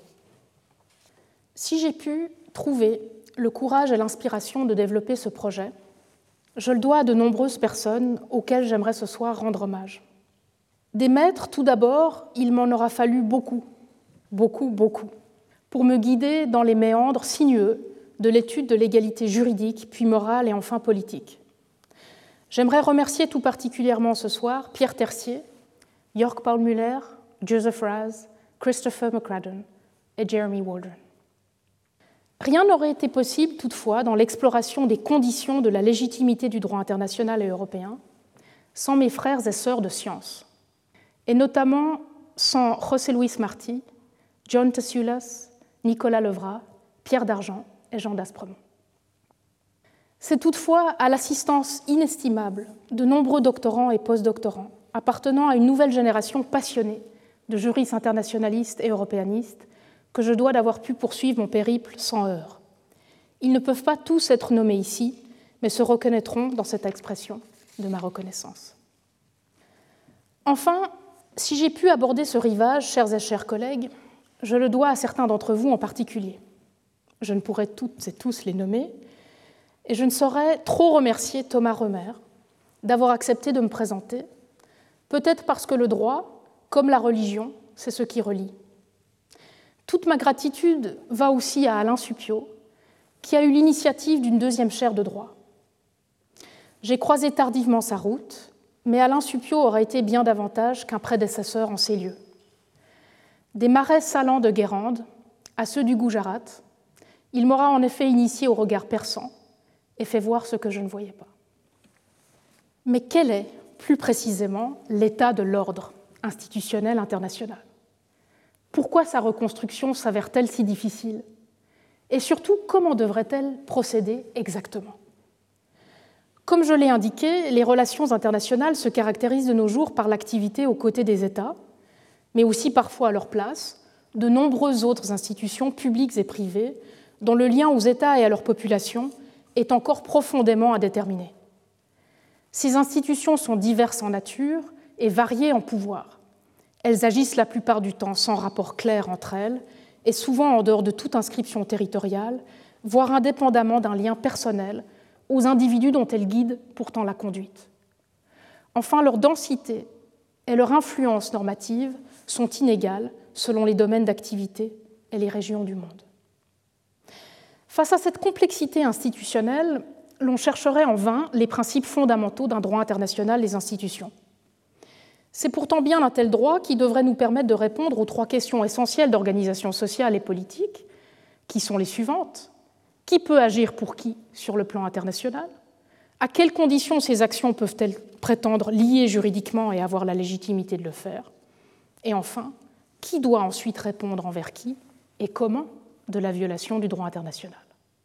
Si j'ai pu trouver le courage et l'inspiration de développer ce projet, je le dois à de nombreuses personnes auxquelles j'aimerais ce soir rendre hommage. Des maîtres, tout d'abord, il m'en aura fallu beaucoup, beaucoup, beaucoup, pour me guider dans les méandres sinueux de l'étude de l'égalité juridique, puis morale et enfin politique. J'aimerais remercier tout particulièrement ce soir Pierre Tercier, Jörg Paul Müller, Joseph Raz, Christopher McCradden et Jeremy Waldron. Rien n'aurait été possible toutefois dans l'exploration des conditions de la légitimité du droit international et européen sans mes frères et sœurs de science, et notamment sans José Luis Martí, John Tessoulas, Nicolas Levrat, Pierre Dargent et Jean d'Aspremont. C'est toutefois à l'assistance inestimable de nombreux doctorants et post-doctorants appartenant à une nouvelle génération passionnée de juristes internationalistes et européanistes que je dois d'avoir pu poursuivre mon périple sans heurts. Ils ne peuvent pas tous être nommés ici, mais se reconnaîtront dans cette expression de ma reconnaissance. Enfin, si j'ai pu aborder ce rivage, chers et chers collègues, je le dois à certains d'entre vous en particulier. Je ne pourrais toutes et tous les nommer, et je ne saurais trop remercier Thomas Romer d'avoir accepté de me présenter, peut-être parce que le droit, comme la religion, c'est ce qui relie. Toute ma gratitude va aussi à Alain Suppiot, qui a eu l'initiative d'une deuxième chaire de droit. J'ai croisé tardivement sa route, mais Alain Suppiot aurait été bien davantage qu'un prédécesseur en ces lieux. Des marais salants de Guérande à ceux du Gujarat, il m'aura en effet initié au regard perçant et fait voir ce que je ne voyais pas. Mais quel est, plus précisément, l'état de l'ordre institutionnel international? Pourquoi sa reconstruction s'avère-t-elle si difficile? Et surtout, comment devrait-elle procéder exactement? Comme je l'ai indiqué, les relations internationales se caractérisent de nos jours par l'activité aux côtés des États, mais aussi parfois à leur place, de nombreuses autres institutions publiques et privées dont le lien aux États et à leur population est encore profondément indéterminé. Ces institutions sont diverses en nature et variées en pouvoir. Elles agissent la plupart du temps sans rapport clair entre elles et souvent en dehors de toute inscription territoriale, voire indépendamment d'un lien personnel aux individus dont elles guident pourtant la conduite. Enfin, leur densité et leur influence normative sont inégales selon les domaines d'activité et les régions du monde. Face à cette complexité institutionnelle, l'on chercherait en vain les principes fondamentaux d'un droit international des institutions. C'est pourtant bien un tel droit qui devrait nous permettre de répondre aux trois questions essentielles d'organisation sociale et politique, qui sont les suivantes. Qui peut agir pour qui sur le plan international? À quelles conditions ces actions peuvent-elles prétendre liées juridiquement et avoir la légitimité de le faire? Et enfin, qui doit ensuite répondre envers qui et comment de la violation du droit international?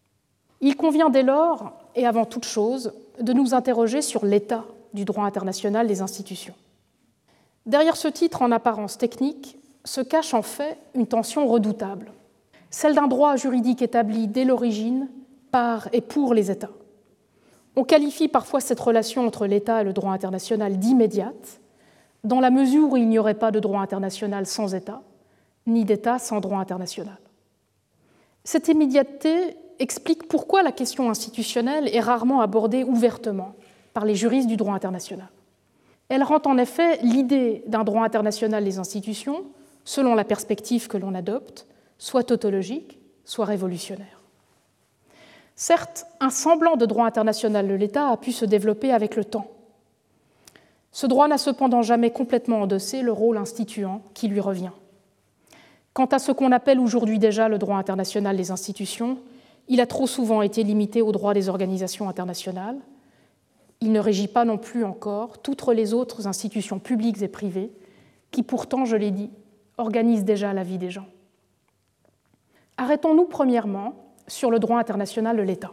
Il convient dès lors, et avant toute chose, de nous interroger sur l'état du droit international des institutions. Derrière ce titre en apparence technique se cache en fait une tension redoutable, celle d'un droit juridique établi dès l'origine par et pour les États. On qualifie parfois cette relation entre l'État et le droit international d'immédiate, dans la mesure où il n'y aurait pas de droit international sans État, ni d'État sans droit international. Cette immédiateté explique pourquoi la question institutionnelle est rarement abordée ouvertement par les juristes du droit international. Elle rend en effet l'idée d'un droit international des institutions, selon la perspective que l'on adopte, soit tautologique, soit révolutionnaire. Certes, un semblant de droit international de l'État a pu se développer avec le temps. Ce droit n'a cependant jamais complètement endossé le rôle instituant qui lui revient. Quant à ce qu'on appelle aujourd'hui déjà le droit international des institutions, il a trop souvent été limité au droit des organisations internationales. Il ne régit pas non plus encore toutes les autres institutions publiques et privées qui, pourtant, je l'ai dit, organisent déjà la vie des gens. Arrêtons-nous premièrement sur le droit international de l'État.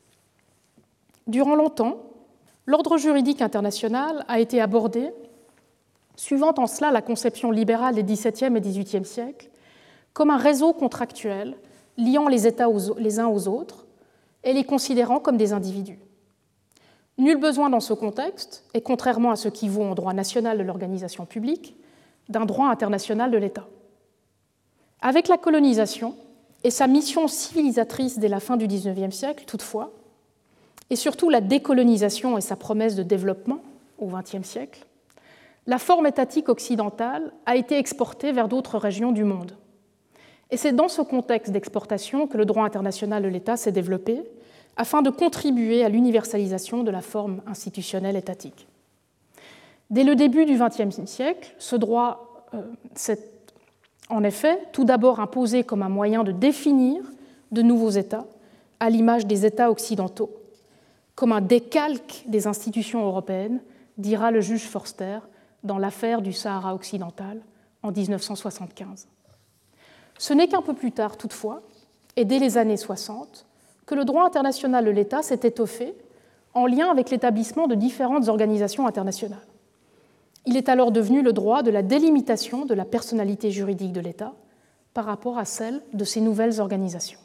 Durant longtemps, l'ordre juridique international a été abordé, suivant en cela la conception libérale des dix-septième et dix-huitième siècles, comme un réseau contractuel liant les États aux, les uns aux autres et les considérant comme des individus. Nul besoin dans ce contexte, et contrairement à ce qui vaut en droit national de l'organisation publique, d'un droit international de l'État. Avec la colonisation et sa mission civilisatrice dès la fin du dix-neuvième siècle, toutefois, et surtout la décolonisation et sa promesse de développement au vingtième siècle, la forme étatique occidentale a été exportée vers d'autres régions du monde. Et c'est dans ce contexte d'exportation que le droit international de l'État s'est développé, afin de contribuer à l'universalisation de la forme institutionnelle étatique. Dès le début du vingtième siècle, ce droit euh, s'est en effet tout d'abord imposé comme un moyen de définir de nouveaux États, à l'image des États occidentaux, comme un décalque des institutions européennes, dira le juge Forster dans l'affaire du Sahara occidental en dix-neuf cent soixante-quinze. Ce n'est qu'un peu plus tard, toutefois, et dès les années soixante, que le droit international de l'État s'est étoffé en lien avec l'établissement de différentes organisations internationales. Il est alors devenu le droit de la délimitation de la personnalité juridique de l'État par rapport à celle de ces nouvelles organisations.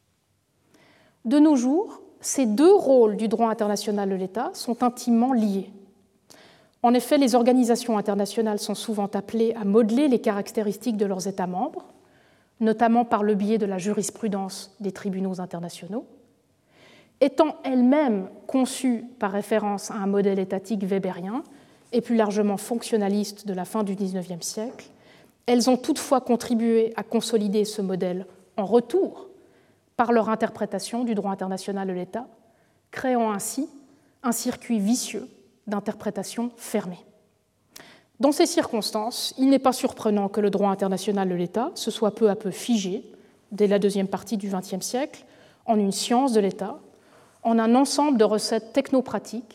De nos jours, ces deux rôles du droit international de l'État sont intimement liés. En effet, les organisations internationales sont souvent appelées à modeler les caractéristiques de leurs États membres, notamment par le biais de la jurisprudence des tribunaux internationaux, étant elles-mêmes conçues par référence à un modèle étatique wébérien et plus largement fonctionnaliste de la fin du dix-neuvième siècle, elles ont toutefois contribué à consolider ce modèle en retour par leur interprétation du droit international de l'État, créant ainsi un circuit vicieux d'interprétation fermée. Dans ces circonstances, il n'est pas surprenant que le droit international de l'État se soit peu à peu figé, dès la deuxième partie du vingtième siècle, en une science de l'État, en un ensemble de recettes technopratiques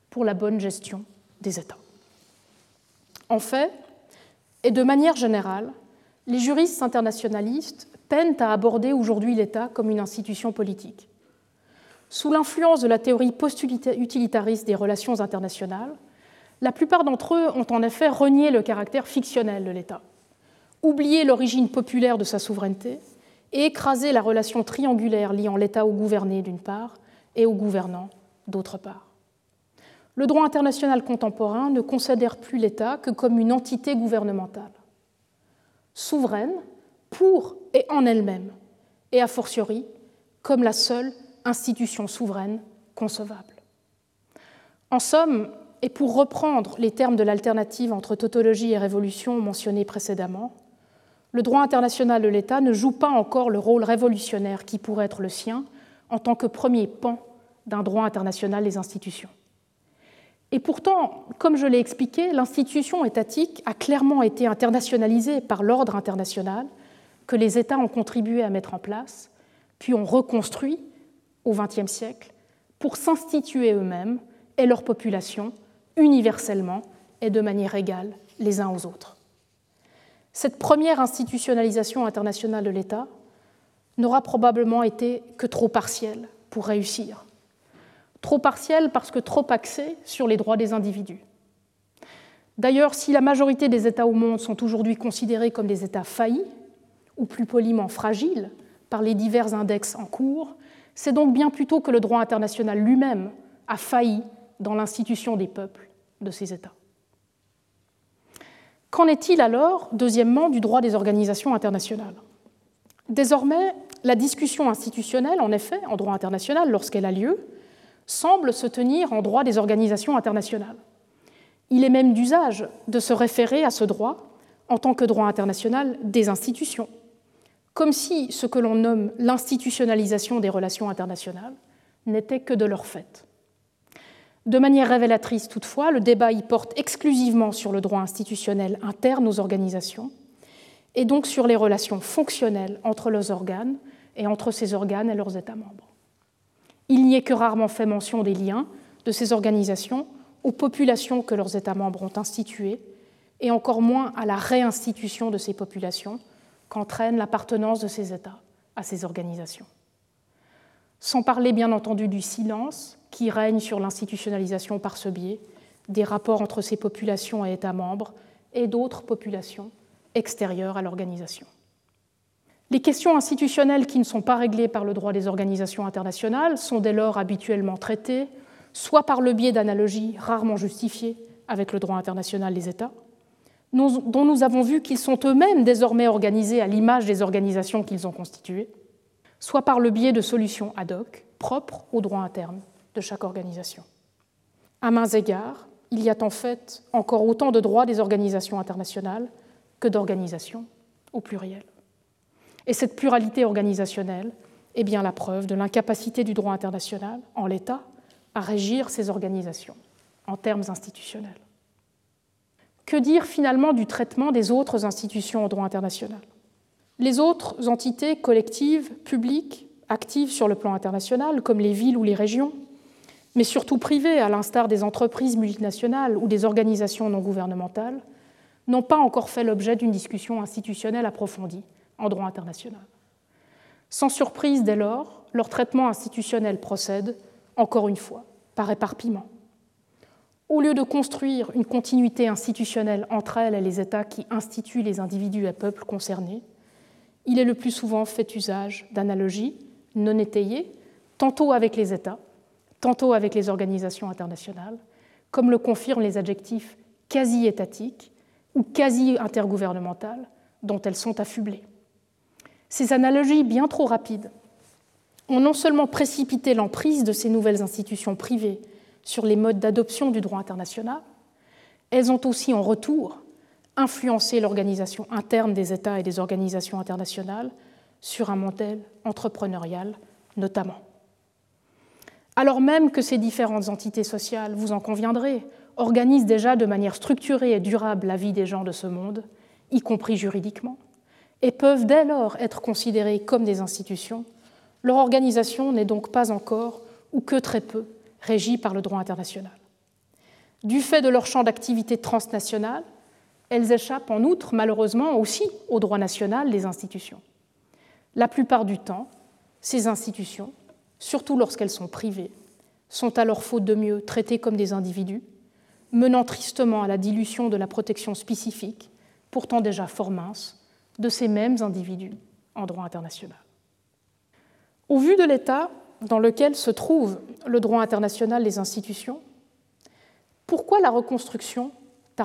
pour la bonne gestion des États. En fait, et de manière générale, les juristes internationalistes peinent à aborder aujourd'hui l'État comme une institution politique. Sous l'influence de la théorie post-utilitariste des relations internationales, la plupart d'entre eux ont en effet renié le caractère fictionnel de l'État, oublié l'origine populaire de sa souveraineté et écrasé la relation triangulaire liant l'État au gouverné d'une part et au gouvernant d'autre part. Le droit international contemporain ne considère plus l'État que comme une entité gouvernementale, souveraine pour et en elle-même, et a fortiori comme la seule institution souveraine concevable. En somme, et pour reprendre les termes de l'alternative entre tautologie et révolution mentionnés précédemment, le droit international de l'État ne joue pas encore le rôle révolutionnaire qui pourrait être le sien en tant que premier pan d'un droit international des institutions. Et pourtant, comme je l'ai expliqué, l'institution étatique a clairement été internationalisée par l'ordre international que les États ont contribué à mettre en place, puis ont reconstruit au vingtième siècle pour s'instituer eux-mêmes et leur population universellement et de manière égale les uns aux autres. Cette première institutionnalisation internationale de l'État n'aura probablement été que trop partielle pour réussir. Trop partielle parce que trop axée sur les droits des individus. D'ailleurs, si la majorité des États au monde sont aujourd'hui considérés comme des États faillis, ou plus poliment fragiles, par les divers index en cours, c'est donc bien plutôt que le droit international lui-même a failli dans l'institution des peuples de ces États. Qu'en est-il alors, deuxièmement, du droit des organisations internationales ? Désormais, la discussion institutionnelle, en effet, en droit international, lorsqu'elle a lieu, semble se tenir en droit des organisations internationales. Il est même d'usage de se référer à ce droit en tant que droit international des institutions, comme si ce que l'on nomme l'institutionnalisation des relations internationales n'était que de leur fait. De manière révélatrice toutefois, le débat y porte exclusivement sur le droit institutionnel interne aux organisations et donc sur les relations fonctionnelles entre leurs organes et entre ces organes et leurs États membres. Il n'y est que rarement fait mention des liens de ces organisations aux populations que leurs États membres ont instituées et encore moins à la réinstitution de ces populations qu'entraîne l'appartenance de ces États à ces organisations. Sans parler bien entendu du silence qui règne sur l'institutionnalisation par ce biais des rapports entre ces populations et États membres et d'autres populations extérieures à l'organisation. Les questions institutionnelles qui ne sont pas réglées par le droit des organisations internationales sont dès lors habituellement traitées soit par le biais d'analogies rarement justifiées avec le droit international des États, dont nous avons vu qu'ils sont eux-mêmes désormais organisés à l'image des organisations qu'ils ont constituées, soit par le biais de solutions ad hoc propres au droit interne de chaque organisation. À mains égards, il y a en fait encore autant de droits des organisations internationales que d'organisations au pluriel. Et cette pluralité organisationnelle est bien la preuve de l'incapacité du droit international, en l'état, à régir ces organisations en termes institutionnels. Que dire finalement du traitement des autres institutions au droit international ? Les autres entités collectives, publiques, actives sur le plan international, comme les villes ou les régions, mais surtout privées, à l'instar des entreprises multinationales ou des organisations non gouvernementales, n'ont pas encore fait l'objet d'une discussion institutionnelle approfondie en droit international. Sans surprise, dès lors, leur traitement institutionnel procède, encore une fois, par éparpillement. Au lieu de construire une continuité institutionnelle entre elles et les États qui instituent les individus et peuples concernés, il est le plus souvent fait usage d'analogies non étayées, tantôt avec les États, tantôt avec les organisations internationales, comme le confirment les adjectifs quasi-étatiques ou quasi-intergouvernementales dont elles sont affublées. Ces analogies bien trop rapides ont non seulement précipité l'emprise de ces nouvelles institutions privées sur les modes d'adoption du droit international, elles ont aussi en retour influencé l'organisation interne des États et des organisations internationales sur un modèle entrepreneurial notamment. Alors même que ces différentes entités sociales, vous en conviendrez, organisent déjà de manière structurée et durable la vie des gens de ce monde, y compris juridiquement, et peuvent dès lors être considérées comme des institutions, leur organisation n'est donc pas encore, ou que très peu, régie par le droit international. Du fait de leur champ d'activité transnational, elles échappent en outre, malheureusement, aussi au droit national des institutions. La plupart du temps, ces institutions, surtout lorsqu'elles sont privées, sont alors, faute de mieux, traitées comme des individus, menant tristement à la dilution de la protection spécifique, pourtant déjà fort mince, de ces mêmes individus en droit international. Au vu de l'état dans lequel se trouve le droit international des institutions, pourquoi la reconstruction tarde-t-elle ?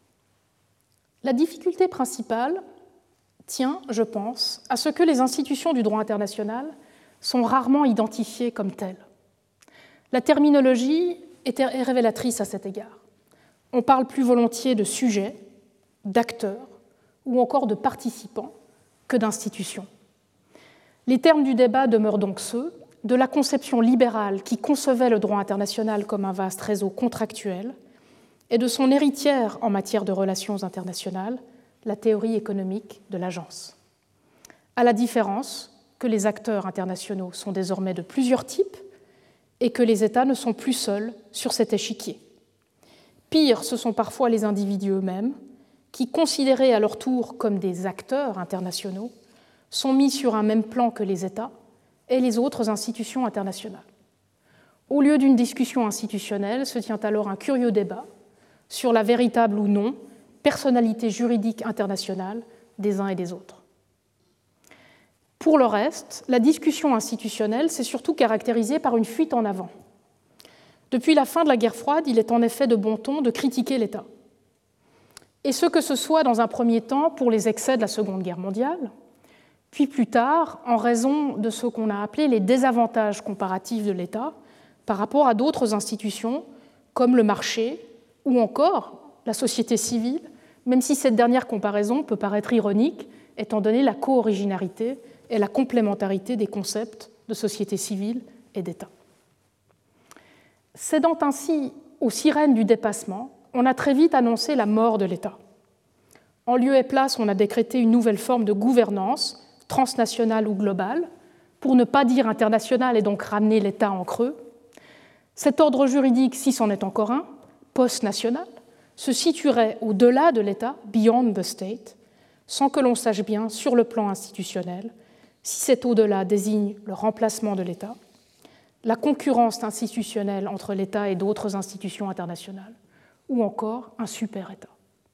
La difficulté principale tient, je pense, à ce que les institutions du droit international sont rarement identifiées comme telles. La terminologie est révélatrice à cet égard. On parle plus volontiers de sujets, d'acteurs ou encore de participants que d'institutions. Les termes du débat demeurent donc ceux de la conception libérale qui concevait le droit international comme un vaste réseau contractuel et de son héritière en matière de relations internationales, la théorie économique de l'agence. À la différence que les acteurs internationaux sont désormais de plusieurs types et que les États ne sont plus seuls sur cet échiquier. Pire, ce sont parfois les individus eux-mêmes qui, considérés à leur tour comme des acteurs internationaux, sont mis sur un même plan que les États et les autres institutions internationales. Au lieu d'une discussion institutionnelle, se tient alors un curieux débat sur la véritable ou non personnalité juridique internationale des uns et des autres. Pour le reste, la discussion institutionnelle s'est surtout caractérisée par une fuite en avant. Depuis la fin de la guerre froide, il est en effet de bon ton de critiquer l'État. Et ce que ce soit dans un premier temps pour les excès de la Seconde Guerre mondiale, puis plus tard en raison de ce qu'on a appelé les désavantages comparatifs de l'État par rapport à d'autres institutions comme le marché ou encore la société civile, même si cette dernière comparaison peut paraître ironique étant donné la co-originarité et la complémentarité des concepts de société civile et d'État. Cédant ainsi aux sirènes du dépassement, on a très vite annoncé la mort de l'État. En lieu et place, on a décrété une nouvelle forme de gouvernance, transnationale ou globale, pour ne pas dire internationale et donc ramener l'État en creux. Cet ordre juridique, si c'en est encore un, post-national, se situerait au-delà de l'État, beyond the state, sans que l'on sache bien, sur le plan institutionnel, si cet au-delà désigne le remplacement de l'État, la concurrence institutionnelle entre l'État et d'autres institutions internationales, ou encore un super-État.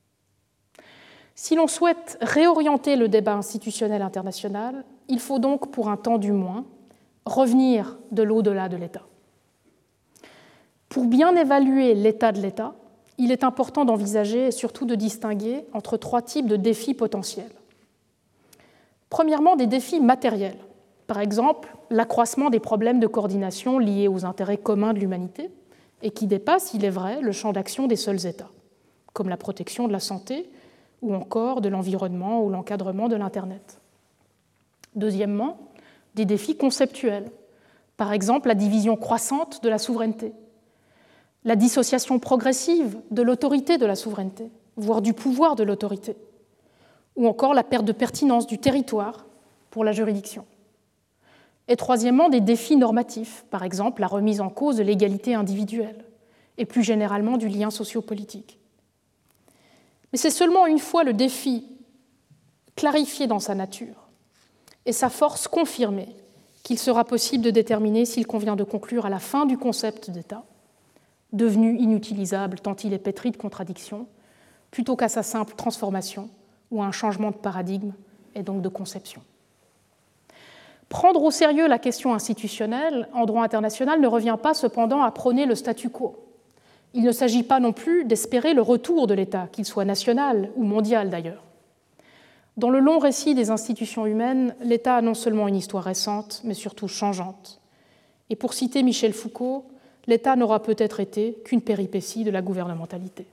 Si l'on souhaite réorienter le débat institutionnel international, il faut donc, pour un temps du moins, revenir de l'au-delà de l'État. Pour bien évaluer l'état de l'État, il est important d'envisager et surtout de distinguer entre trois types de défis potentiels. Premièrement, des défis matériels, par exemple l'accroissement des problèmes de coordination liés aux intérêts communs de l'humanité et qui dépassent, il est vrai, le champ d'action des seuls États, comme la protection de la santé ou encore de l'environnement ou l'encadrement de l'Internet. Deuxièmement, des défis conceptuels, par exemple la division croissante de la souveraineté, la dissociation progressive de l'autorité de la souveraineté, voire du pouvoir de l'autorité, ou encore la perte de pertinence du territoire pour la juridiction. Et troisièmement, des défis normatifs, par exemple la remise en cause de l'égalité individuelle et plus généralement du lien sociopolitique. Mais c'est seulement une fois le défi clarifié dans sa nature et sa force confirmée qu'il sera possible de déterminer s'il convient de conclure à la fin du concept d'État, devenu inutilisable tant il est pétri de contradictions, plutôt qu'à sa simple transformation ou à un changement de paradigme et donc de conception. Prendre au sérieux la question institutionnelle en droit international ne revient pas cependant à prôner le statu quo. Il ne s'agit pas non plus d'espérer le retour de l'État, qu'il soit national ou mondial d'ailleurs. Dans le long récit des institutions humaines, l'État a non seulement une histoire récente, mais surtout changeante. Et pour citer Michel Foucault, l'État n'aura peut-être été qu'une péripétie de la gouvernementalité.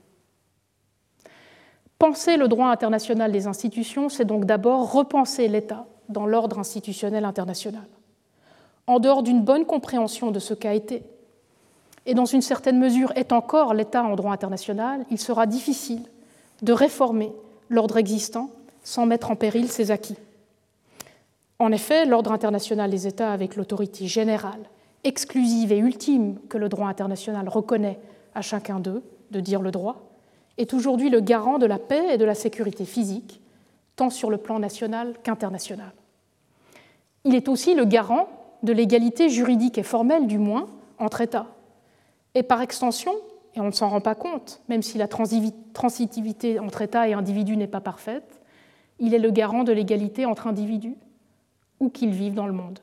Penser le droit international des institutions, c'est donc d'abord repenser l'État dans l'ordre institutionnel international, en dehors d'une bonne compréhension de ce qu'a été, et dans une certaine mesure est encore l'État en droit international, il sera difficile de réformer l'ordre existant sans mettre en péril ses acquis. En effet, l'ordre international des États avec l'autorité générale, exclusive et ultime que le droit international reconnaît à chacun d'eux de dire le droit, est aujourd'hui le garant de la paix et de la sécurité physique, tant sur le plan national qu'international. Il est aussi le garant de l'égalité juridique et formelle, du moins, entre États. Et par extension, et on ne s'en rend pas compte, même si la transitivité entre États et individus n'est pas parfaite, il est le garant de l'égalité entre individus, où qu'ils vivent dans le monde.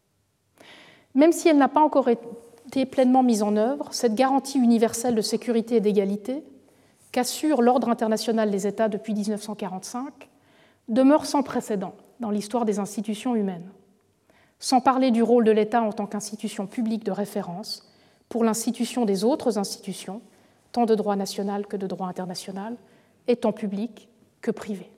Même si elle n'a pas encore été pleinement mise en œuvre, cette garantie universelle de sécurité et d'égalité, qu'assure l'ordre international des États depuis mille neuf cent quarante-cinq, demeure sans précédent dans l'histoire des institutions humaines, sans parler du rôle de l'État en tant qu'institution publique de référence pour l'institution des autres institutions, tant de droit national que de droit international, et tant public que privé.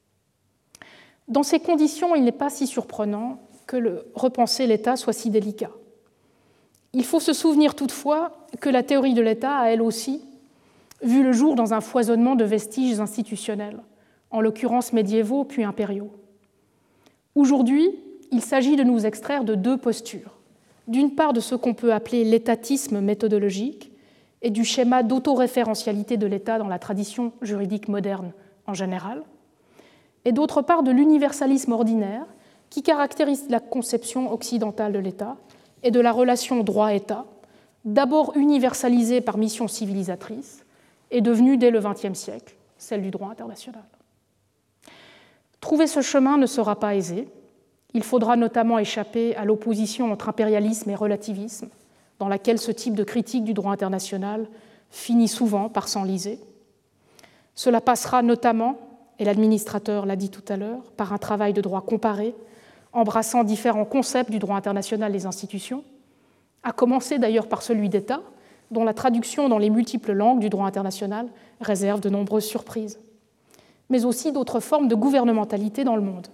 Dans ces conditions, il n'est pas si surprenant que le repenser l'État soit si délicat. Il faut se souvenir toutefois que la théorie de l'État a elle aussi vu le jour dans un foisonnement de vestiges institutionnels, en l'occurrence médiévaux puis impériaux. Aujourd'hui, il s'agit de nous extraire de deux postures. D'une part, de ce qu'on peut appeler l'étatisme méthodologique et du schéma d'autoréférentialité de l'État dans la tradition juridique moderne en général, et d'autre part, de l'universalisme ordinaire qui caractérise la conception occidentale de l'État et de la relation droit-État, d'abord universalisée par mission civilisatrice et devenue dès le vingtième siècle celle du droit international. Trouver ce chemin ne sera pas aisé. Il faudra notamment échapper à l'opposition entre impérialisme et relativisme, dans laquelle ce type de critique du droit international finit souvent par s'enliser. Cela passera notamment, et l'administrateur l'a dit tout à l'heure, par un travail de droit comparé, embrassant différents concepts du droit international des institutions, à commencer d'ailleurs par celui d'État, dont la traduction dans les multiples langues du droit international réserve de nombreuses surprises, mais aussi d'autres formes de gouvernementalité dans le monde.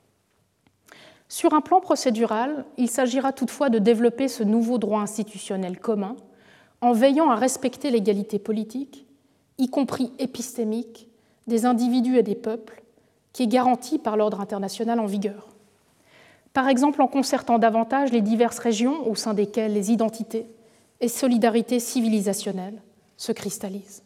Sur un plan procédural, il s'agira toutefois de développer ce nouveau droit institutionnel commun en veillant à respecter l'égalité politique, y compris épistémique, des individus et des peuples, qui est garantie par l'ordre international en vigueur. Par exemple, en concertant davantage les diverses régions au sein desquelles les identités et solidarités civilisationnelles se cristallisent.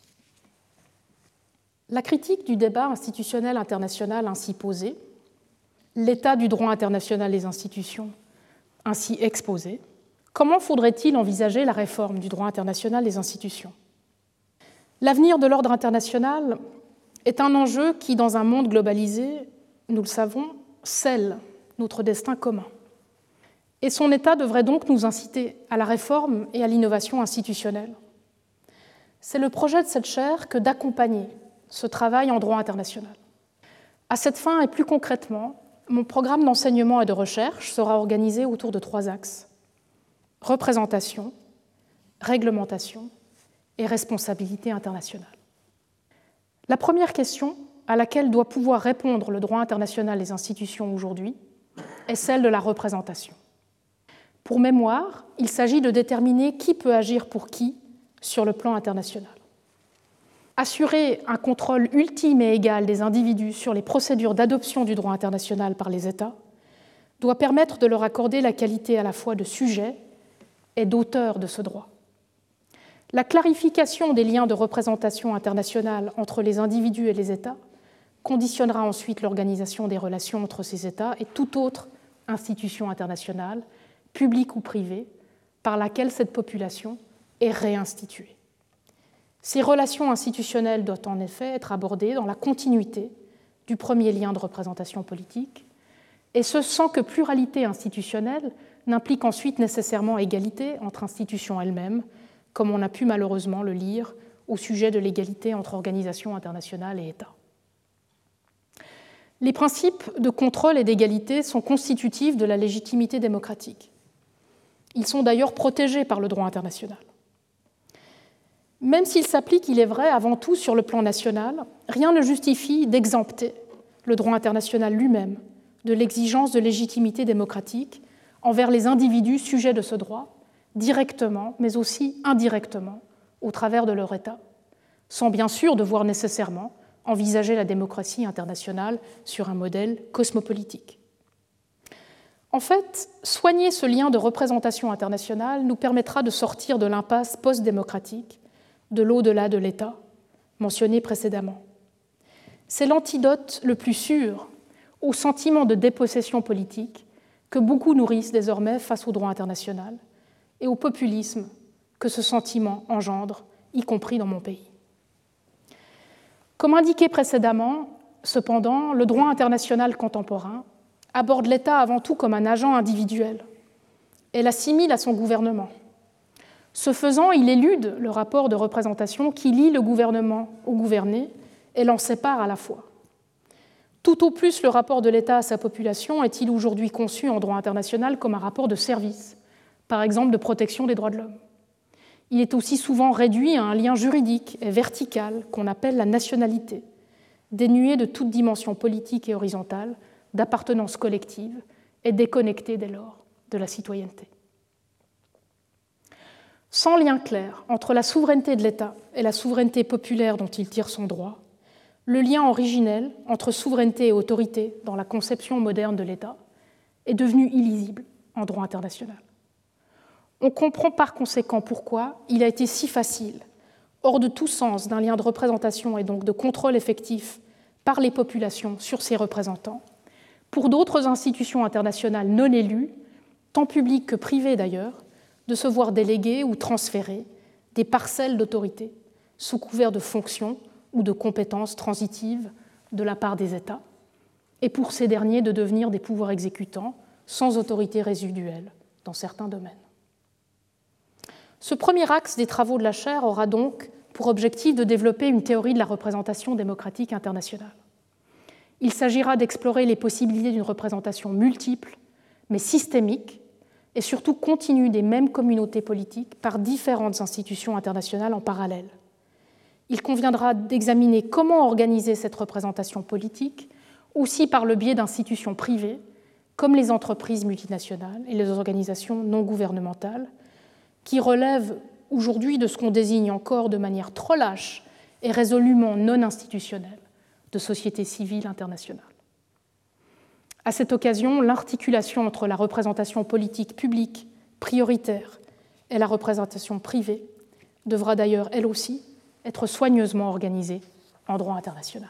La critique du débat institutionnel international ainsi posé, l'état du droit international des institutions ainsi exposé, comment faudrait-il envisager la réforme du droit international des institutions ? L'avenir de l'ordre international est un enjeu qui, dans un monde globalisé, nous le savons, scelle notre destin commun. Et son état devrait donc nous inciter à la réforme et à l'innovation institutionnelle. C'est le projet de cette chaire que d'accompagner ce travail en droit international. À cette fin, et plus concrètement, mon programme d'enseignement et de recherche sera organisé autour de trois axes: représentation, réglementation et responsabilité internationale. La première question à laquelle doit pouvoir répondre le droit international des institutions aujourd'hui est celle de la représentation. Pour mémoire, il s'agit de déterminer qui peut agir pour qui sur le plan international. Assurer un contrôle ultime et égal des individus sur les procédures d'adoption du droit international par les États doit permettre de leur accorder la qualité à la fois de sujet et d'auteur de ce droit. La clarification des liens de représentation internationale entre les individus et les États conditionnera ensuite l'organisation des relations entre ces États et toute autre institution internationale, publique ou privée, par laquelle cette population est réinstituée. Ces relations institutionnelles doivent en effet être abordées dans la continuité du premier lien de représentation politique, et ce sans que pluralité institutionnelle n'implique ensuite nécessairement égalité entre institutions elles-mêmes, comme on a pu malheureusement le lire au sujet de l'égalité entre organisations internationales et États. Les principes de contrôle et d'égalité sont constitutifs de la légitimité démocratique. Ils sont d'ailleurs protégés par le droit international. Même s'ils s'appliquent, il est vrai, avant tout sur le plan national, rien ne justifie d'exempter le droit international lui-même de l'exigence de légitimité démocratique envers les individus sujets de ce droit, directement, mais aussi indirectement, au travers de leur État, sans bien sûr devoir nécessairement envisager la démocratie internationale sur un modèle cosmopolitique. En fait, soigner ce lien de représentation internationale nous permettra de sortir de l'impasse post-démocratique de l'au-delà de l'État, mentionné précédemment. C'est l'antidote le plus sûr au sentiment de dépossession politique que beaucoup nourrissent désormais face au droit international et au populisme que ce sentiment engendre, y compris dans mon pays. Comme indiqué précédemment, cependant, le droit international contemporain aborde l'État avant tout comme un agent individuel et l'assimile à son gouvernement. Ce faisant, il élude le rapport de représentation qui lie le gouvernement au gouverné et l'en sépare à la fois. Tout au plus, le rapport de l'État à sa population est-il aujourd'hui conçu en droit international comme un rapport de service, par exemple de protection des droits de l'homme. Il est aussi souvent réduit à un lien juridique et vertical qu'on appelle la nationalité, dénué de toute dimension politique et horizontale, d'appartenance collective et déconnecté dès lors de la citoyenneté. Sans lien clair entre la souveraineté de l'État et la souveraineté populaire dont il tire son droit, le lien originel entre souveraineté et autorité dans la conception moderne de l'État est devenu illisible en droit international. On comprend par conséquent pourquoi il a été si facile, hors de tout sens d'un lien de représentation et donc de contrôle effectif par les populations sur ses représentants, pour d'autres institutions internationales non élues, tant publiques que privées d'ailleurs, de se voir déléguer ou transférer des parcelles d'autorité sous couvert de fonctions ou de compétences transitives de la part des États, et pour ces derniers de devenir des pouvoirs exécutants sans autorité résiduelle dans certains domaines. Ce premier axe des travaux de la chaire aura donc pour objectif de développer une théorie de la représentation démocratique internationale. Il s'agira d'explorer les possibilités d'une représentation multiple, mais systémique, et surtout continue des mêmes communautés politiques par différentes institutions internationales en parallèle. Il conviendra d'examiner comment organiser cette représentation politique, aussi par le biais d'institutions privées, comme les entreprises multinationales et les organisations non gouvernementales, qui relèvent aujourd'hui de ce qu'on désigne encore de manière trop lâche et résolument non institutionnelle de société civile internationale. À cette occasion, l'articulation entre la représentation politique publique prioritaire et la représentation privée devra d'ailleurs, elle aussi, être soigneusement organisée en droit international.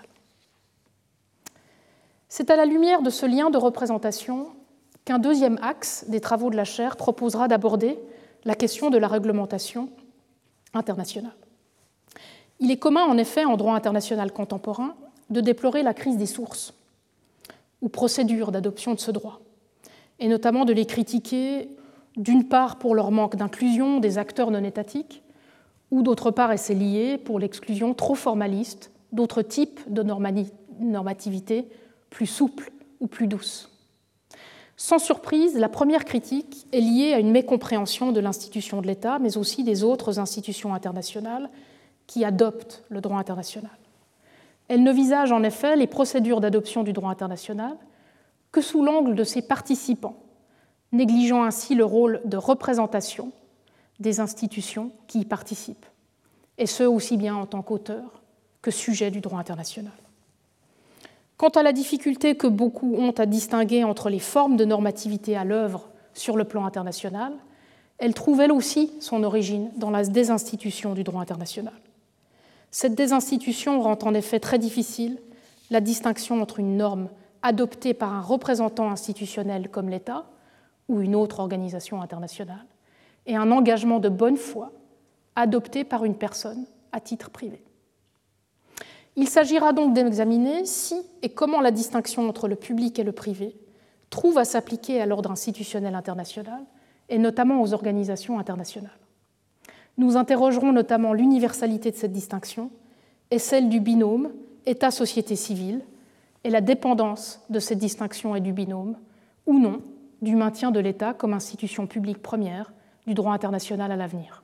C'est à la lumière de ce lien de représentation qu'un deuxième axe des travaux de la chaire proposera d'aborder la question de la réglementation internationale. Il est commun, en effet, en droit international contemporain, de déplorer la crise des sources ou procédures d'adoption de ce droit, et notamment de les critiquer d'une part pour leur manque d'inclusion des acteurs non étatiques, ou d'autre part, et c'est lié, pour l'exclusion trop formaliste d'autres types de normativité plus souples ou plus douces. Sans surprise, la première critique est liée à une mécompréhension de l'institution de l'État, mais aussi des autres institutions internationales qui adoptent le droit international. Elle ne visage en effet les procédures d'adoption du droit international que sous l'angle de ses participants, négligeant ainsi le rôle de représentation des institutions qui y participent, et ce aussi bien en tant qu'auteurs que sujets du droit international. Quant à la difficulté que beaucoup ont à distinguer entre les formes de normativité à l'œuvre sur le plan international, elle trouve elle aussi son origine dans la désinstitution du droit international. Cette désinstitution rend en effet très difficile la distinction entre une norme adoptée par un représentant institutionnel comme l'État ou une autre organisation internationale et un engagement de bonne foi adopté par une personne à titre privé. Il s'agira donc d'examiner si et comment la distinction entre le public et le privé trouve à s'appliquer à l'ordre institutionnel international et notamment aux organisations internationales. Nous interrogerons notamment l'universalité de cette distinction et celle du binôme État-société civile et la dépendance de cette distinction et du binôme, ou non, du maintien de l'État comme institution publique première du droit international à l'avenir.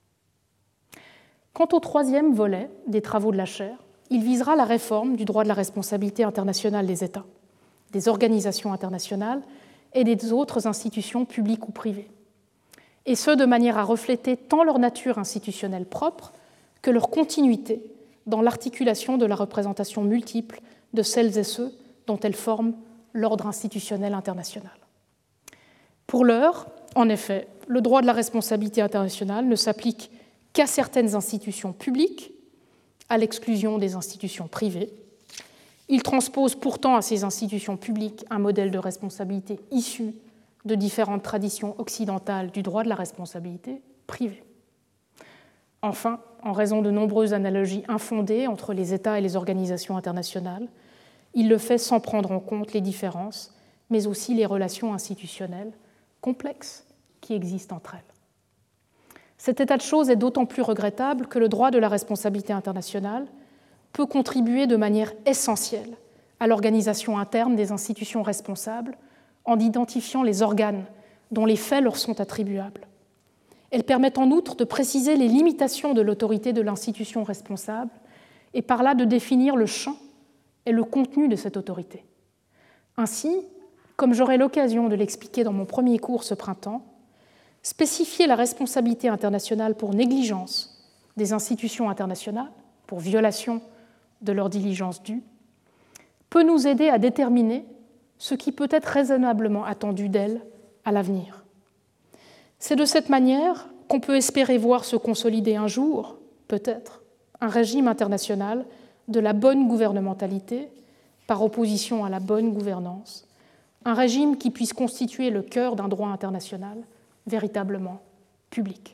Quant au troisième volet des travaux de la chaire, il visera la réforme du droit de la responsabilité internationale des États, des organisations internationales et des autres institutions publiques ou privées, et ce de manière à refléter tant leur nature institutionnelle propre que leur continuité dans l'articulation de la représentation multiple de celles et ceux dont elles forment l'ordre institutionnel international. Pour l'heure, en effet, le droit de la responsabilité internationale ne s'applique qu'à certaines institutions publiques, à l'exclusion des institutions privées. Il transpose pourtant à ces institutions publiques un modèle de responsabilité issu de différentes traditions occidentales du droit de la responsabilité privée. Enfin, en raison de nombreuses analogies infondées entre les États et les organisations internationales, il le fait sans prendre en compte les différences, mais aussi les relations institutionnelles complexes qui existent entre elles. Cet état de choses est d'autant plus regrettable que le droit de la responsabilité internationale peut contribuer de manière essentielle à l'organisation interne des institutions responsables en identifiant les organes dont les faits leur sont attribuables. Elle permet en outre de préciser les limitations de l'autorité de l'institution responsable et par là de définir le champ et le contenu de cette autorité. Ainsi, comme j'aurai l'occasion de l'expliquer dans mon premier cours ce printemps, spécifier la responsabilité internationale pour négligence des institutions internationales, pour violation de leur diligence due, peut nous aider à déterminer ce qui peut être raisonnablement attendu d'elles à l'avenir. C'est de cette manière qu'on peut espérer voir se consolider un jour, peut-être, un régime international de la bonne gouvernementalité par opposition à la bonne gouvernance, un régime qui puisse constituer le cœur d'un droit international véritablement public.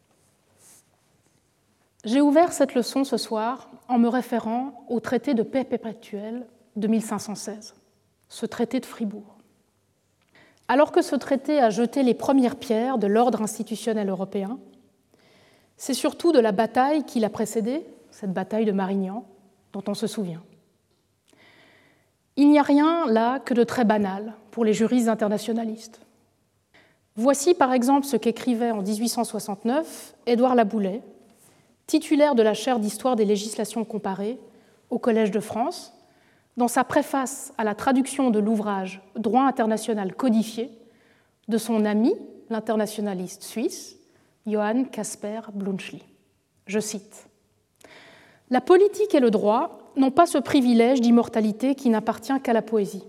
J'ai ouvert cette leçon ce soir en me référant au traité de paix perpétuelle de mille cinq cent seize, ce traité de Fribourg. Alors que ce traité a jeté les premières pierres de l'ordre institutionnel européen, c'est surtout de la bataille qui l'a précédé, cette bataille de Marignan, dont on se souvient. Il n'y a rien là que de très banal pour les juristes internationalistes. Voici par exemple ce qu'écrivait en dix-huit cent soixante-neuf Édouard Laboulet, titulaire de la chaire d'histoire des législations comparées au Collège de France, dans sa préface à la traduction de l'ouvrage « Droit international codifié » de son ami, l'internationaliste suisse, Johann Caspar Blunschli. Je cite « La politique et le droit n'ont pas ce privilège d'immortalité qui n'appartient qu'à la poésie.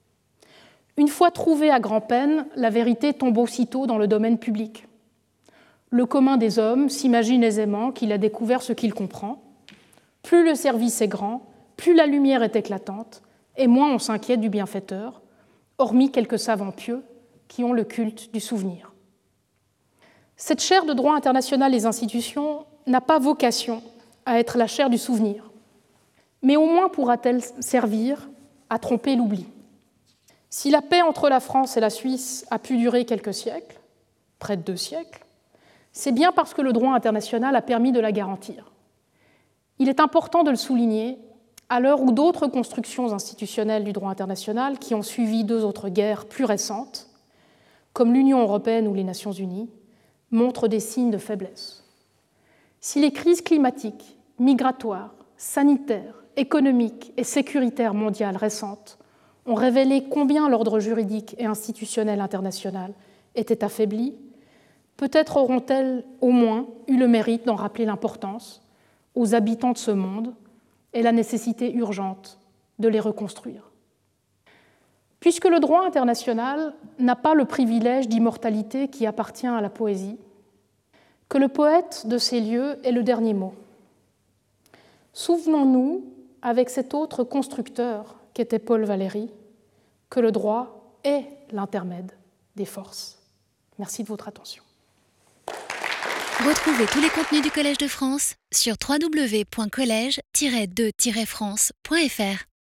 Une fois trouvée à grand-peine, la vérité tombe aussitôt dans le domaine public. Le commun des hommes s'imagine aisément qu'il a découvert ce qu'il comprend. Plus le service est grand, plus la lumière est éclatante, et moins on s'inquiète du bienfaiteur, hormis quelques savants pieux qui ont le culte du souvenir. Cette chaire de droit international des institutions n'a pas vocation à être la chaire du souvenir, mais au moins pourra-t-elle servir à tromper l'oubli. Si la paix entre la France et la Suisse a pu durer quelques siècles, près de deux siècles, c'est bien parce que le droit international a permis de la garantir. Il est important de le souligner à l'heure où d'autres constructions institutionnelles du droit international, qui ont suivi deux autres guerres plus récentes, comme l'Union européenne ou les Nations unies, montrent des signes de faiblesse. Si les crises climatiques, migratoires, sanitaires, économiques et sécuritaires mondiales récentes ont révélé combien l'ordre juridique et institutionnel international était affaibli, peut-être auront-elles au moins eu le mérite d'en rappeler l'importance aux habitants de ce monde et la nécessité urgente de les reconstruire. Puisque le droit international n'a pas le privilège d'immortalité qui appartient à la poésie, que le poète de ces lieux ait le dernier mot. Souvenons-nous, avec cet autre constructeur qu'était Paul Valéry, que le droit est l'intermède des forces. Merci de votre attention. Retrouvez tous les contenus du Collège de France sur w w w point collège tiret de tiret france point f r.